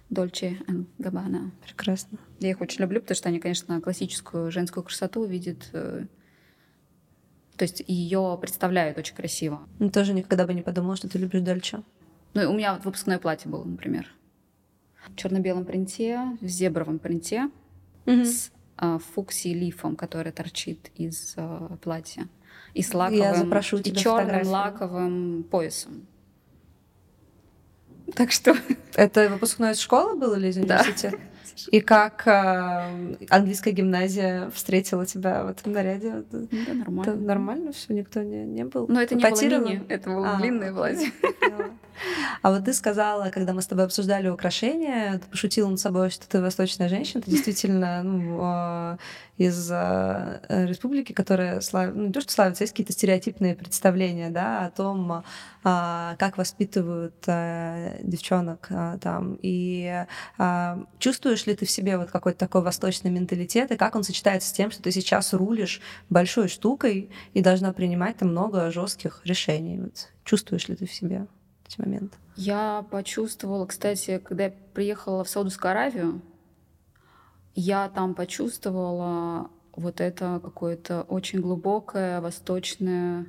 Dolce Gabbana. Прекрасно. Я их очень люблю, потому что они, конечно, классическую женскую красоту видят, то есть ее представляют очень красиво. Ну, тоже никогда бы не подумала, что ты любишь Дольче. Ну, и у меня вот выпускное платье было, например. В черно-белом принте, в зебровом принте, с фуксией лифом, который торчит из платья. И с Я запрошу и тебя черным фотографию. лаковым поясом. Так что... Это выпускной из школы был или из университета? И как английская гимназия встретила тебя в этом наряде? Да, нормально. Это нормально все? Никто не был? Но это не было эпатирован? мини, это было длинное платье. А вот ты сказала, когда мы с тобой обсуждали украшения, ты пошутила над собой, что ты восточная женщина, ты действительно из республики, которая не то что славится, есть какие-то стереотипные представления, да, о том, как воспитывают девчонок там. И чувствуешь ли ты в себе вот какой-то такой восточный менталитет, и как он сочетается с тем, что ты сейчас рулишь большой штукой и должна принимать там много жестких решений? Вот чувствуешь ли ты в себе эти моменты? Я почувствовала, кстати, когда я приехала в Саудовскую Аравию, я там почувствовала вот это какое-то очень глубокое восточное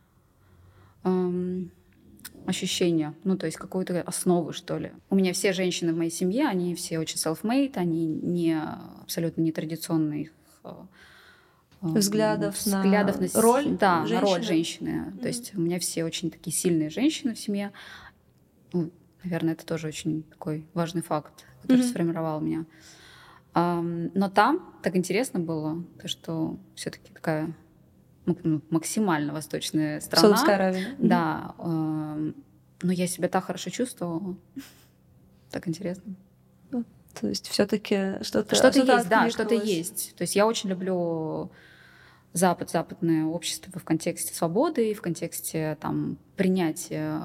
ощущение, ну, то есть какой-то основы, что ли. У меня все женщины в моей семье, они все очень self-made, они абсолютно нетрадиционных взглядов на роль, да, женщины. на роль женщины. То есть у меня все очень такие сильные женщины в семье. Ну, наверное, это тоже очень такой важный факт, который сформировал меня. Но там так интересно было, то, что все-таки такая максимально восточная страна. Саудовская Аравия. Да. Но я себя так хорошо чувствовала. Так интересно. То есть все-таки что-то есть, да, что-то есть. То есть я очень люблю западное общество в контексте свободы, в контексте там принятия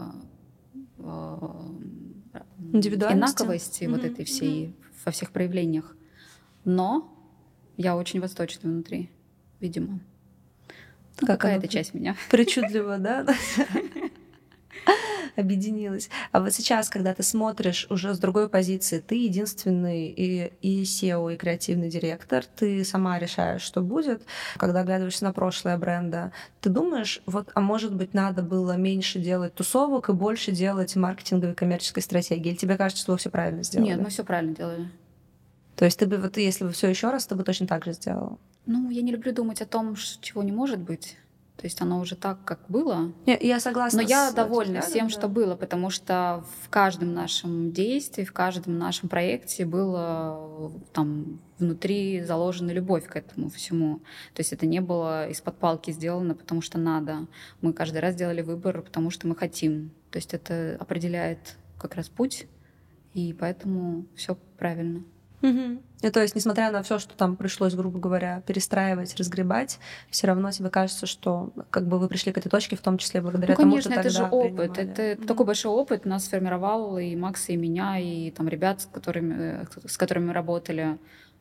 инаковости вот этой всей во всех проявлениях. Но я очень восточная внутри, видимо. Ну, какая-то часть меня. Причудливо, да? Объединилась. А вот сейчас, когда ты смотришь уже с другой позиции, ты единственный и SEO, и креативный директор, ты сама решаешь, что будет. Когда оглядываешься на прошлое бренда, ты думаешь, вот, а может быть, надо было меньше делать тусовок и больше делать маркетинговой коммерческой стратегии? Или тебе кажется, что вы все правильно сделали? Нет, мы все правильно делали. То есть ты бы, вот, если бы все еще раз, ты бы точно так же сделала? Ну, я не люблю думать о том, чего не может быть. То есть оно уже так, как было. Я согласна. Но я довольна всем, что было, потому что в каждом нашем действии, в каждом нашем проекте было там внутри заложена любовь к этому всему. То есть это не было из-под палки сделано, потому что надо. Мы каждый раз делали выбор, потому что мы хотим. То есть это определяет как раз путь, и поэтому все правильно. И то есть, несмотря на все, что там пришлось, грубо говоря, перестраивать, разгребать, все равно тебе кажется, что как бы вы пришли к этой точке, в том числе благодаря тому, что конечно, тогда это же опыт. принимали. Это такой большой опыт нас сформировал и Макса, и меня, и там ребят, с которыми мы работали.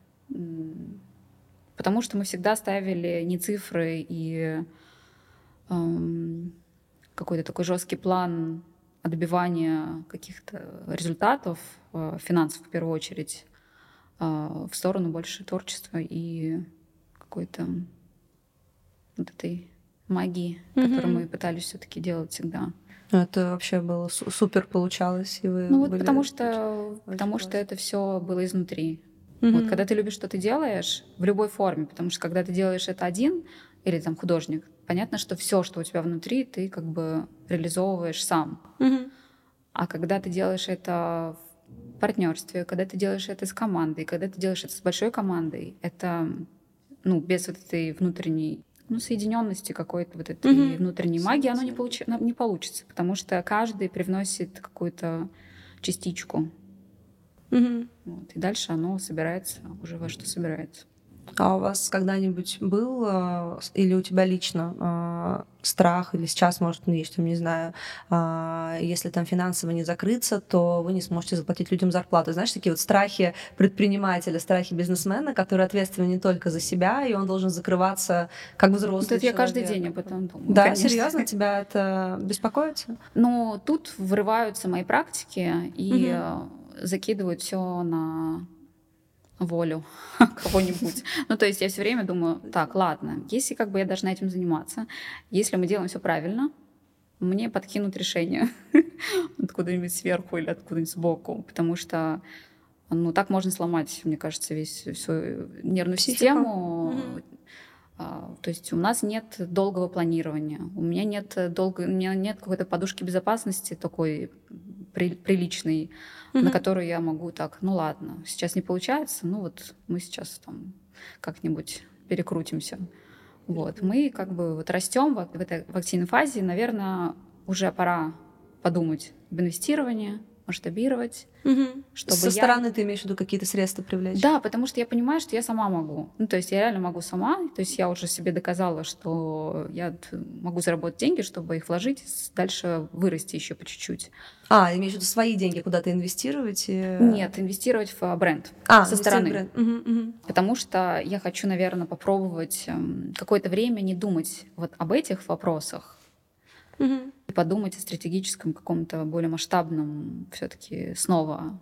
Потому что мы всегда ставили не цифры и какой-то такой жесткий план добивания каких-то результатов, финансов в первую очередь, в сторону больше творчества и какой-то вот этой магии, которую мы пытались все-таки делать всегда. Это вообще было супер получалось, и вы вот были потому что это все было изнутри. Вот когда ты любишь, что ты делаешь, в любой форме, потому что когда ты делаешь это один или там художник, понятно, что все, что у тебя внутри, ты как бы реализовываешь сам. А когда ты делаешь это в партнерстве, когда ты делаешь это с командой, когда ты делаешь это с большой командой, это без вот этой внутренней соединенности какой-то вот этой внутренней магии, оно не получится, потому что каждый привносит какую-то частичку. Вот, и дальше оно собирается уже во что собирается. А у вас когда-нибудь был или у тебя лично страх, или сейчас, может, есть, не знаю, если там финансово не закрыться, то вы не сможете заплатить людям зарплату. Знаешь, такие вот страхи предпринимателя, страхи бизнесмена, который ответственен не только за себя, и он должен закрываться как взрослый человек. Я каждый день об этом думаю. Да, конечно. Серьезно? Тебя это беспокоит? Ну, тут врываются мои практики, и закидывают все на волю кого-нибудь. Ну, то есть я все время думаю, так, ладно, если как бы я должна этим заниматься, если мы делаем все правильно, мне подкинут решение откуда-нибудь сверху или откуда-нибудь сбоку, потому что так можно сломать, мне кажется, всю нервную систему. То есть у нас нет долгого планирования, у меня нет какой-то подушки безопасности такой приличной, на которую я могу так, ну ладно, сейчас не получается, ну вот мы сейчас там как-нибудь перекрутимся. Вот. Мы как бы вот растем в этой активной фазе, наверное, уже пора подумать об инвестировании, масштабировать. Чтобы Со стороны ты имеешь в виду какие-то средства привлечь? Да, потому что я понимаю, что я сама могу. Ну, то есть я реально могу сама. То есть я уже себе доказала, что я могу заработать деньги, чтобы их вложить, дальше вырасти еще по чуть-чуть. Имеешь в виду свои деньги куда-то инвестировать? Нет, инвестировать в бренд со стороны. Потому что я хочу, наверное, попробовать какое-то время не думать вот об этих вопросах, и подумать о стратегическом каком-то более масштабном все-таки снова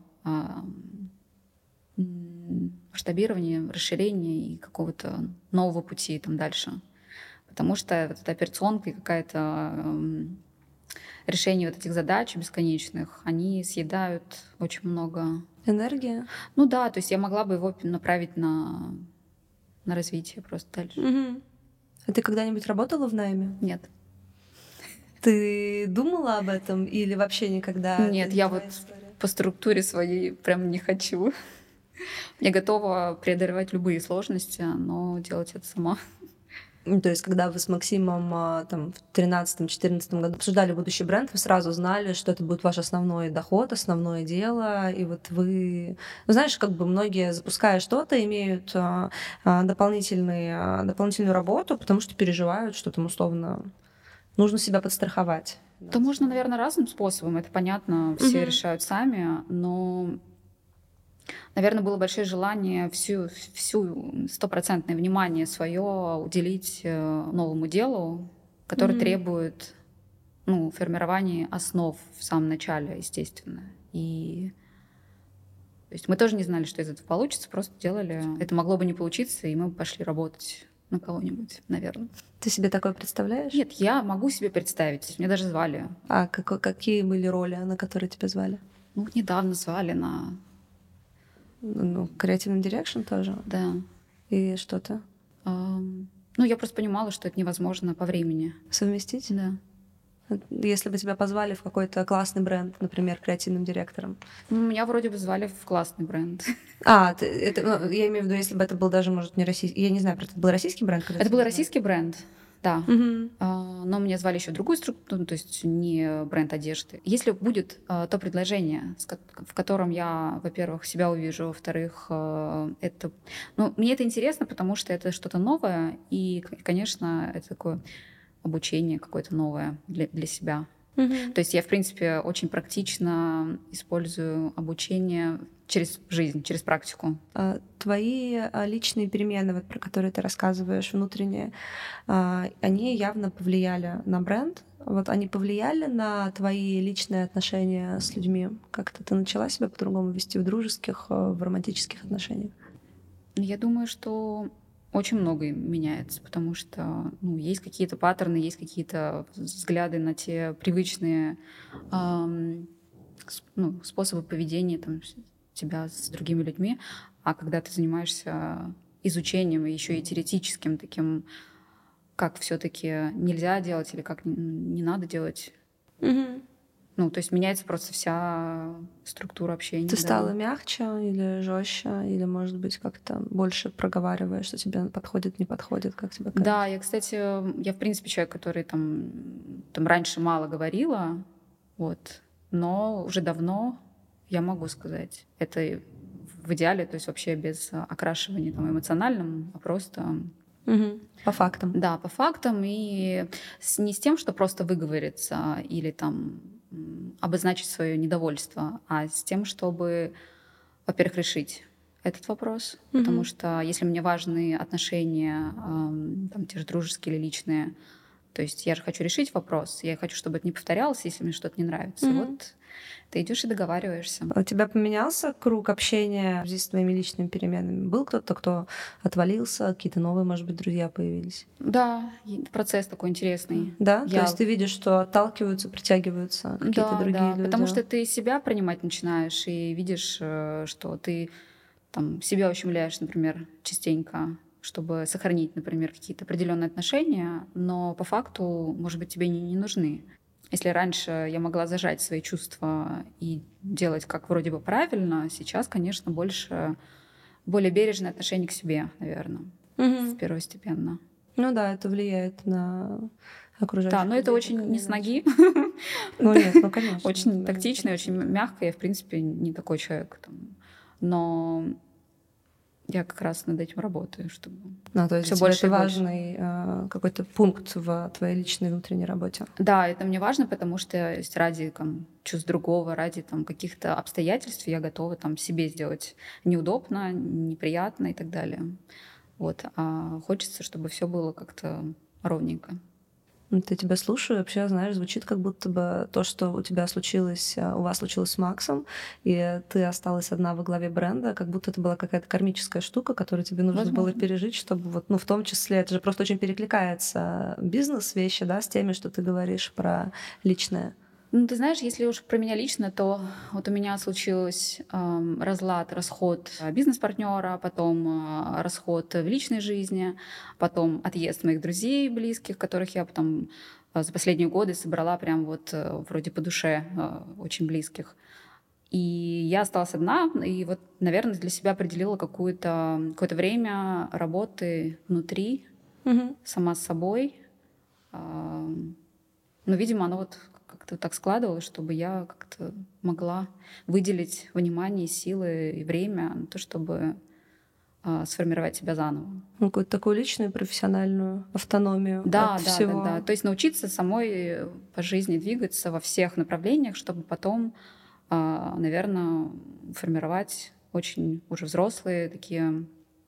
масштабировании, расширении и какого-то нового пути там дальше. Потому что вот эта операционка и какая-то решение вот этих задач бесконечных, они съедают очень много... Энергии? Ну да, то есть я могла бы его направить на развитие просто дальше. А ты когда-нибудь работала в найме? Нет. Ты думала об этом или вообще никогда? Нет, я вот по структуре своей прям не хочу. Я готова преодолевать любые сложности, но делать это сама. То есть, когда вы с Максимом там, в 2013-2014 году обсуждали будущий бренд, вы сразу знали, что это будет ваш основной доход, основное дело, и вот вы... Ну, знаешь, как бы многие, запуская что-то, имеют дополнительную работу, потому что переживают, что там условно нужно себя подстраховать. То можно, наверное, разным способом, это понятно, все решают сами, но, наверное, было большое желание всю 100% внимание свое уделить новому делу, который требует формирования основ в самом начале, естественно. И то есть мы тоже не знали, что из этого получится, просто делали. Это могло бы не получиться, и мы пошли работать на кого-нибудь, наверное. Ты себе такое представляешь? Нет, я могу себе представить. Меня даже звали. А какие были роли, на которые тебя звали? Недавно звали на... Creative Direction тоже? Да. И что-то? Я просто понимала, что это невозможно по времени. Совместить? Да. Если бы тебя позвали в какой-то классный бренд, например, креативным директором? Меня вроде бы звали в классный бренд. Я имею в виду, если бы это был даже, может, не российский... Я не знаю, это был российский бренд? Это был российский бренд, да. Но меня звали еще в другую структуру, то есть не бренд одежды. Если будет то предложение, в котором я, во-первых, себя увижу, во-вторых, это... мне это интересно, потому что это что-то новое, и, конечно, это такое... обучение какое-то новое для себя. То есть я, в принципе, очень практично использую обучение через жизнь, через практику. Твои личные перемены, вот, про которые ты рассказываешь, внутренние, они явно повлияли на бренд. Вот они повлияли на твои личные отношения с людьми? Как-то ты начала себя по-другому вести в дружеских, в романтических отношениях? Я думаю, что очень многое меняется, потому что есть какие-то паттерны, есть какие-то взгляды на те привычные способы поведения тебя с другими людьми. А когда ты занимаешься изучением, еще и теоретическим таким, как все-таки нельзя делать или как не надо делать, то есть меняется просто вся структура общения. Ты стала мягче или жестче, или, может быть, как-то больше проговариваешь, что тебе подходит, не подходит, как тебе кажется? Да, я в принципе человек, который там раньше мало говорила, но уже давно я могу сказать. Это в идеале, то есть вообще без окрашивания эмоциональным, а просто... По фактам. Да, по фактам, и не с тем, что просто выговориться или обозначить свое недовольство, а с тем, чтобы, во-первых, решить этот вопрос, потому что если мне важны отношения, те же дружеские или личные, То есть я же хочу решить вопрос, я хочу, чтобы это не повторялось, если мне что-то не нравится. Вот ты идешь и договариваешься. У тебя поменялся круг общения здесь с твоими личными переменами? Был кто-то, кто отвалился, какие-то новые, может быть, друзья появились? Да, процесс такой интересный. Да? То есть ты видишь, что отталкиваются, притягиваются какие-то другие люди? Потому что ты себя принимать начинаешь и видишь, что ты там себя ущемляешь, например, частенько, чтобы сохранить, например, какие-то определенные отношения, но по факту, может быть, тебе не нужны. Если раньше я могла зажать свои чувства и делать как вроде бы правильно, сейчас, конечно, более бережное отношение к себе, наверное, первостепенно. Ну да, это влияет на окружающих. Да, но это очень не с ноги. Ну нет, ну конечно. Очень тактично и очень мягко. Я, в принципе, не такой человек. Но я как раз над этим работаю, чтобы то есть всё больше это и больше. важный какой-то пункт в твоей личной внутренней работе. Да, это мне важно, потому что ради чувств другого, ради каких-то обстоятельств я готова себе сделать неудобно, неприятно и так далее. Вот. А хочется, чтобы все было как-то ровненько. Я тебя слушаю, вообще, знаешь, звучит как будто бы то, что у вас случилось с Максом, и ты осталась одна во главе бренда, как будто это была какая-то кармическая штука, которую тебе нужно было пережить, чтобы в том числе, это же просто очень перекликается бизнес-вещи, да, с теми, что ты говоришь про личное. Ты знаешь, если уж про меня лично, то вот у меня случился расход бизнес-партнера, потом расход в личной жизни, потом отъезд моих друзей близких, которых я потом за последние годы собрала прям вроде по душе, очень близких. И я осталась одна, и наверное, для себя определила какое-то время работы внутри, сама с собой. Видимо, оно как-то так складывалось, чтобы я как-то могла выделить внимание, силы и время на то, чтобы сформировать себя заново. Какую-то такую личную профессиональную автономию от всего. Да. То есть научиться самой по жизни двигаться во всех направлениях, чтобы потом, наверное, формировать очень уже взрослые такие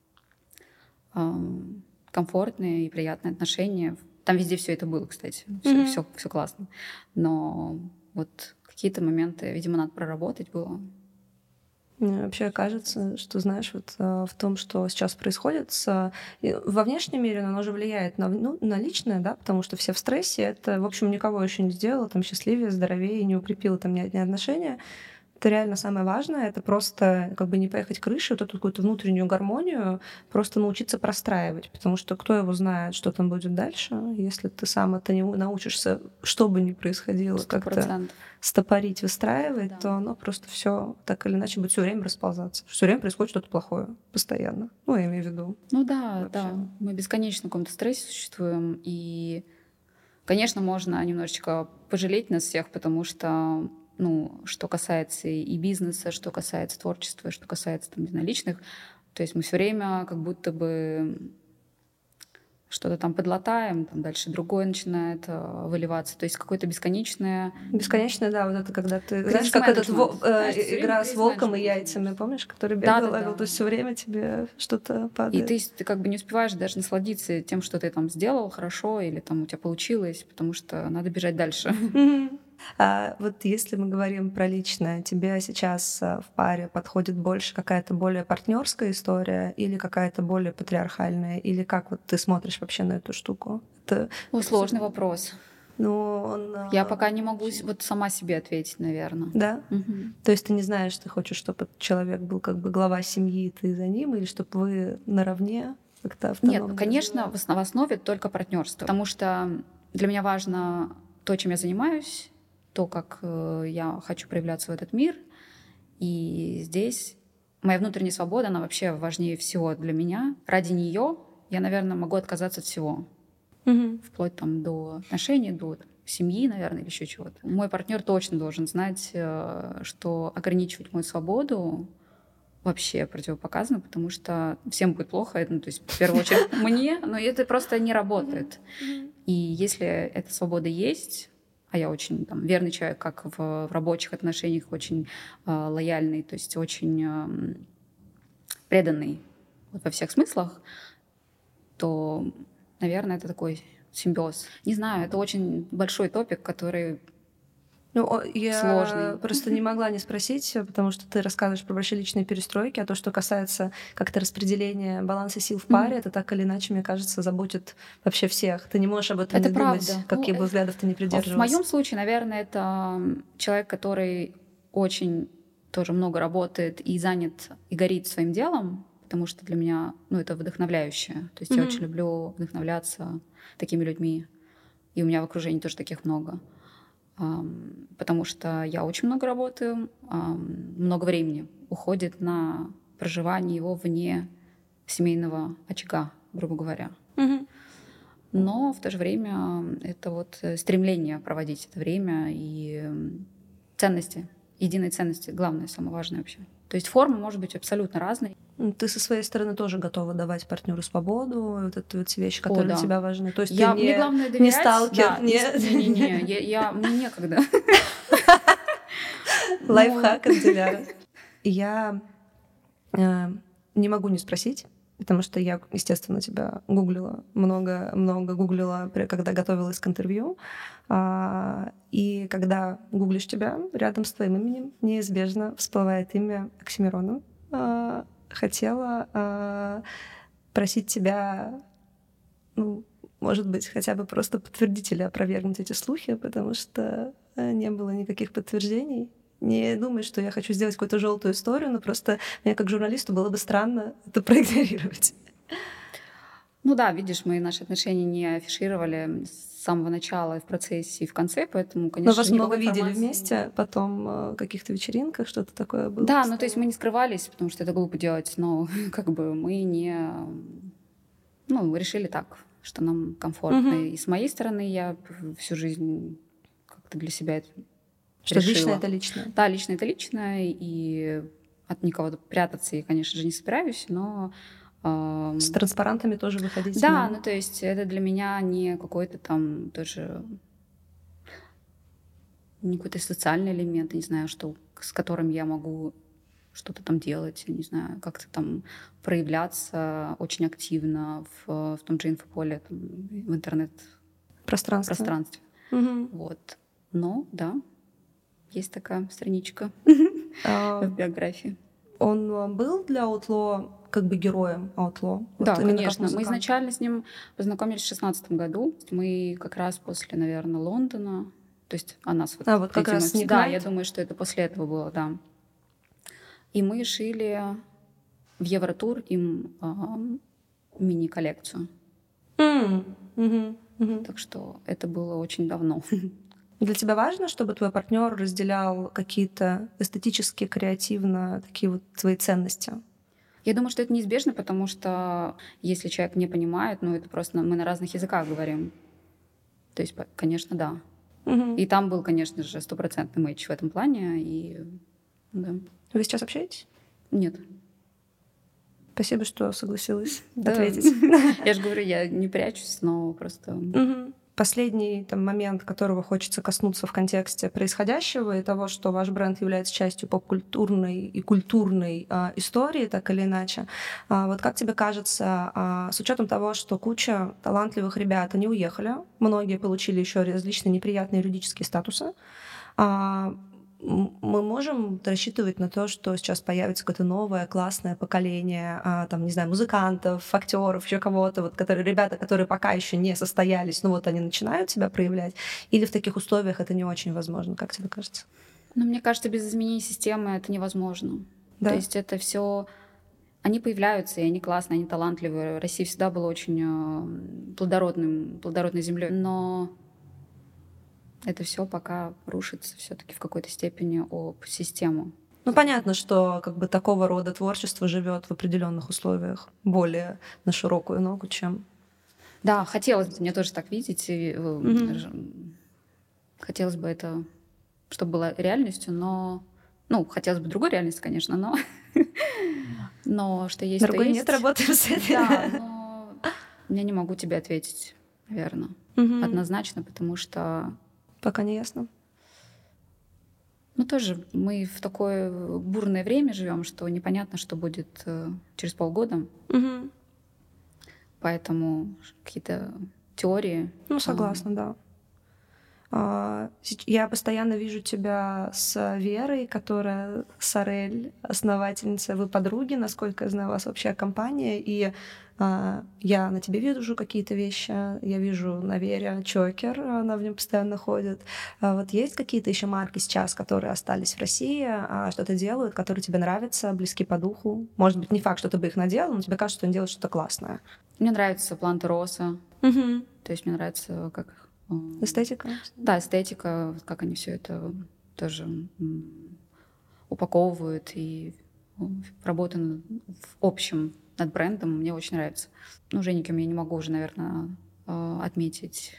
комфортные и приятные отношения. Там везде все это было, кстати. Все классно. Но какие-то моменты, видимо, надо проработать было. Мне вообще кажется, что, знаешь, в том, что сейчас происходит во внешнем мире, оно же влияет на личное, да, потому что все в стрессе. Это, в общем, никого еще не сделало счастливее, здоровее, не укрепило ни отношения. Это реально самое важное. Это просто не поехать крышей, эту какую-то внутреннюю гармонию просто научиться простраивать. Потому что кто его знает, что там будет дальше, если ты сам это не научишься, что бы ни происходило, 100%. как-то стопорить, выстраивать, то оно просто все так или иначе будет все время расползаться. Все время происходит что-то плохое постоянно. Я имею в виду. Да. Мы бесконечно в каком-то стрессе существуем. И, конечно, можно немножечко пожалеть нас всех, потому что что касается и бизнеса, что касается творчества, что касается личных, то есть мы все время как будто бы что-то там подлатаем, дальше другое начинает выливаться. То есть какое-то бесконечное... Бесконечное, да, это когда ты... Знаешь, как игра с волком и яйцами, помнишь, который бегал, ловил, то есть все время тебе что-то падает. И ты не успеваешь даже насладиться тем, что ты сделал хорошо или у тебя получилось, потому что надо бежать дальше. А если мы говорим про личное, тебе сейчас в паре подходит больше какая-то более партнерская история или какая-то более патриархальная? Или как ты смотришь вообще на эту штуку? Сложный вопрос. Я пока не могу сама себе ответить, наверное. Да? То есть ты не знаешь, ты хочешь, чтобы человек был глава семьи, ты за ним, или чтобы вы наравне как-то автономно? Нет, конечно, в основе только партнерство, потому что для меня важно то, чем я занимаюсь, то, как я хочу проявляться в этот мир. И здесь моя внутренняя свобода, она вообще важнее всего для меня. Ради нее я, наверное, могу отказаться от всего. Вплоть до отношений, до семьи, наверное, или еще чего-то. Мой партнер точно должен знать, что ограничивать мою свободу вообще противопоказано, потому что всем будет плохо. То есть, в первую очередь, мне, но это просто не работает. И если эта свобода есть, а я очень верный человек, как в рабочих отношениях, очень лояльный, то есть очень преданный во всех смыслах, то, наверное, это такой симбиоз. Не знаю, это очень большой топик, который Я сложный. просто не могла не спросить, потому что ты рассказываешь про большие личные перестройки, а то, что касается как-то распределения баланса сил в паре, это так или иначе, мне кажется, заботит вообще всех. Ты не можешь об этом Это не правда. думать, каких бы взглядов ты не В придерживался. моем случае, наверное, это человек, который очень тоже много работает и занят, и горит своим делом, потому что для меня, это вдохновляюще. То есть я очень люблю вдохновляться такими людьми, и у меня в окружении тоже таких много. Потому что я очень много работаю, много времени уходит на проживание его вне семейного очага, грубо говоря. Но в то же время это вот стремление проводить это время и ценности, единые ценности, главное, самое важное вообще. То есть форма может быть абсолютно разной. Ты со своей стороны тоже готова давать партнеру свободу, вот эти вот вещи, которые да. для тебя важны. То есть Мне главное доверять. не сталкер, да, мне некогда. Лайфхак от Диляра. Я не могу не спросить, потому что я, естественно, тебя гуглила, много гуглила, когда готовилась к интервью. И когда гуглишь тебя, рядом с твоим именем неизбежно всплывает имя Оксимирона. Хотела просить тебя, может быть, хотя бы просто подтвердить или опровергнуть эти слухи, потому что не было никаких подтверждений. Не думай, что я хочу сделать какую-то желтую историю, но просто мне как журналисту было бы странно это проигнорировать. Видишь, мы наши отношения не афишировали с самого начала, и в процессе, и в конце, поэтому, конечно, но вас много видели информации... вместе, потом в каких-то вечеринках что-то такое было? Да, то есть мы не скрывались, потому что это глупо делать, но мы не... решили так, что нам комфортно. И с моей стороны я всю жизнь как-то для себя это что решила. Личное — это личное. Да, личное — это личное, и от никого прятаться я, конечно же, не собираюсь, но... С транспарантами тоже выходить? Да, то есть это для меня не какой-то там тоже... не какой-то социальный элемент, я не знаю, с которым я могу что-то там делать, я не знаю, как-то там проявляться очень активно в том же инфополе, в интернет-пространстве. Вот. Но, да, есть такая страничка в биографии. Он был для Outlaw как бы героем Outlaw? Да, конечно. Мы изначально с ним познакомились в 2016 году. Мы как раз после, наверное, Лондона. То есть о нас вот как раз Sneak Night? Да, я думаю, что это после этого было, да. И мы шили в Евротур им мини-коллекцию. Так что это было очень давно. Для тебя важно, чтобы твой партнер разделял какие-то эстетические, креативно такие вот твои ценности? Я думаю, что это неизбежно, потому что если человек не понимает, это просто мы на разных языках говорим. То есть, конечно, да. И там был, конечно же, 100% мэйч в этом плане. И, да. Вы сейчас общаетесь? Нет. Спасибо, что согласилась ответить. Я же говорю, я не прячусь, но просто... Последний момент, которого хочется коснуться в контексте происходящего и того, что ваш бренд является частью поп-культурной и культурной истории, так или иначе. Вот как тебе кажется, с учетом того, что куча талантливых ребят, они уехали, многие получили еще различные неприятные юридические статусы, мы можем рассчитывать на то, что сейчас появится какое-то новое классное поколение, не знаю, музыкантов, актеров, еще кого-то, ребята, которые пока еще не состоялись, они начинают себя проявлять, или в таких условиях это не очень возможно, как тебе кажется? Мне кажется, без изменения системы это невозможно. Да? То есть это все, они появляются, и они классные, они талантливые. Россия всегда была очень плодородной землей, но это все пока рушится все-таки в какой-то степени об систему. Понятно, что такого рода творчество живет в определенных условиях более на широкую ногу, чем... Да, хотелось бы мне тоже так видеть. И, хотелось бы это, чтобы было реальностью, но... хотелось бы другой реальности, конечно, но что есть, другой то есть. Нет, работаем с этим. Да, но я не могу тебе ответить, наверное, однозначно, потому что... Пока не ясно. Тоже мы в такое бурное время живем, что непонятно, что будет через полгода. Поэтому какие-то теории. Ну, согласна, да. Я постоянно вижу тебя с Верой, которая Сорель, основательница. Вы подруги, насколько я знаю, у вас общая компания. И я на тебе вижу какие-то вещи. Я вижу на Вере Чокер, она в нем постоянно ходит. Вот есть какие-то еще марки сейчас, которые остались в России, что-то делают, которые тебе нравятся, близки по духу? Может быть, не факт, что ты бы их наделал, но тебе кажется, что они делают что-то классное. Мне нравится Планта Роса. Угу. То есть мне нравится, как... Эстетика? Да, эстетика, как они все это тоже упаковывают и работа в общем над брендом мне очень нравится. Ну, Жеником я не могу уже, наверное, отметить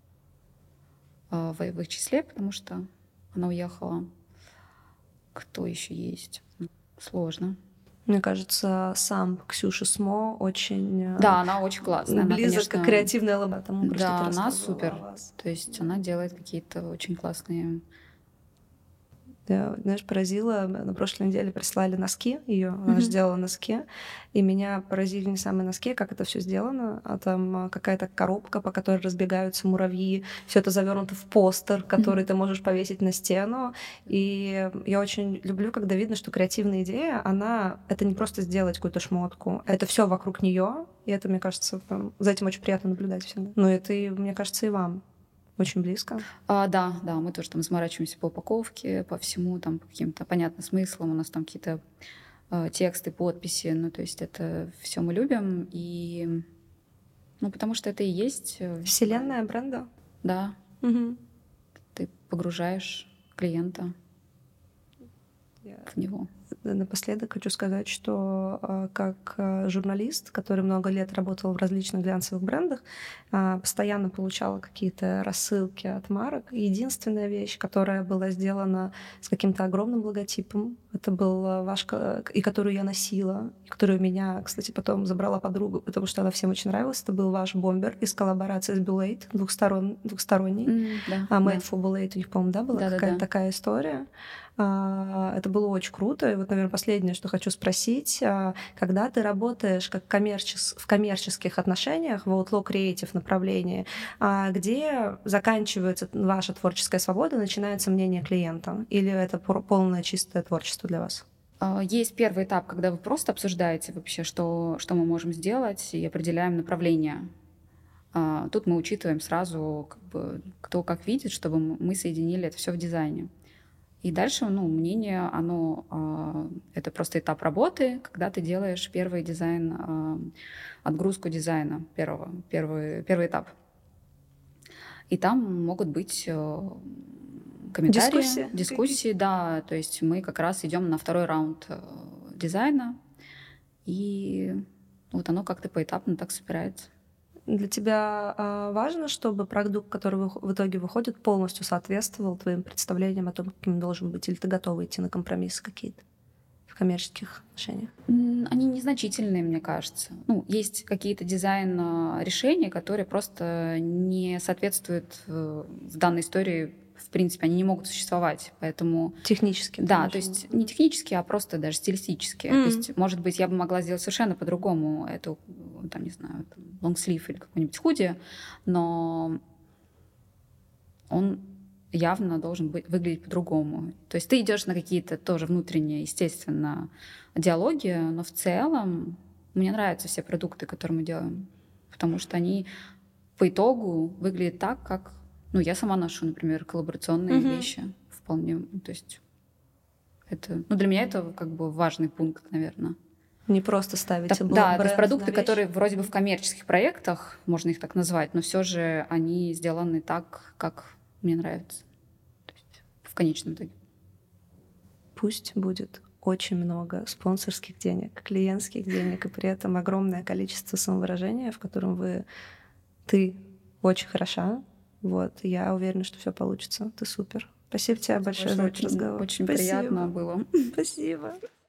в их числе, потому что она уехала. Кто еще есть? Сложно. Мне кажется, сам Ксюша Смо очень... Да, она очень классная. Близок она, конечно, к креативной лаборатории. Тому, про да, что ты она рассказывала супер. о вас. То есть она делает какие-то очень классные... Я, знаешь, поразила, на прошлой неделе прислали носки ее, она же делала носки, и меня поразили не самые носки, как это все сделано, а там какая-то коробка, по которой разбегаются муравьи, все это завернуто в постер, который ты можешь повесить на стену, и я очень люблю, когда видно, что креативная идея, это не просто сделать какую-то шмотку, это все вокруг нее, и это, мне кажется, за этим очень приятно наблюдать всегда. Ну, это, мне кажется, и вам очень близко. Да, мы тоже там заморачиваемся по упаковке, по всему, там, по каким-то понятным смыслам. У нас там какие-то тексты, подписи. Ну, то есть это все мы любим. И, потому что это и есть... Вселенная бренда? Да. Угу. Ты погружаешь клиента в него. Напоследок хочу сказать, что как журналист, который много лет работал в различных глянцевых брендах, постоянно получала какие-то рассылки от марок. Единственная вещь, которая была сделана с каким-то огромным логотипом, это был ваш, и которую я носила, и которую у меня, кстати, потом забрала подруга, потому что она всем очень нравилась. Это был ваш бомбер из коллаборации с Bulate, двухсторонний. Made for Bulate у них, по-моему, да, была какая-то такая история. Это было очень круто. И вот, наверное, последнее, что хочу спросить. Когда ты работаешь как в коммерческих отношениях, в Outlaw Creative направлении, где заканчивается ваша творческая свобода, начинается мнение клиента? Или это полное чистое творчество для вас? Есть первый этап, когда вы просто обсуждаете вообще, что мы можем сделать, и определяем направление. Тут мы учитываем сразу, кто как видит, чтобы мы соединили это все в дизайне. И дальше, мнение, это просто этап работы, когда ты делаешь первый дизайн, отгрузку дизайна, первый этап. И там могут быть комментарии, дискуссии, да. То есть мы как раз идем на второй раунд дизайна, и вот оно как-то поэтапно так собирается. Для тебя важно, чтобы продукт, который в итоге выходит, полностью соответствовал твоим представлениям о том, каким должен быть? Или ты готова идти на компромиссы какие-то в коммерческих отношениях? Они незначительные, мне кажется. Есть какие-то дизайн-решения, которые просто не соответствуют в данной истории. В принципе, они не могут существовать, поэтому... Технически. Да, то есть не технически, а просто даже стилистически. То есть, может быть, я бы могла сделать совершенно по-другому эту, там, не знаю, лонгслив или какой-нибудь худи, но он явно должен выглядеть по-другому. То есть ты идешь на какие-то тоже внутренние, естественно, диалоги, но в целом мне нравятся все продукты, которые мы делаем, потому что они по итогу выглядят так, как... я сама ношу, например, коллаборационные вещи вполне. То есть это... для меня это важный пункт, наверное. Не просто ставить бренд. Да, то есть продукты, которые вроде бы в коммерческих проектах, можно их так назвать, но все же они сделаны так, как мне нравится. То есть в конечном итоге. Пусть будет очень много спонсорских денег, клиентских денег, и при этом огромное количество самовыражения, в котором ты очень хороша. Я уверена, что все получится. Ты супер. Спасибо тебе большое за этот разговор. Очень приятно было. Спасибо.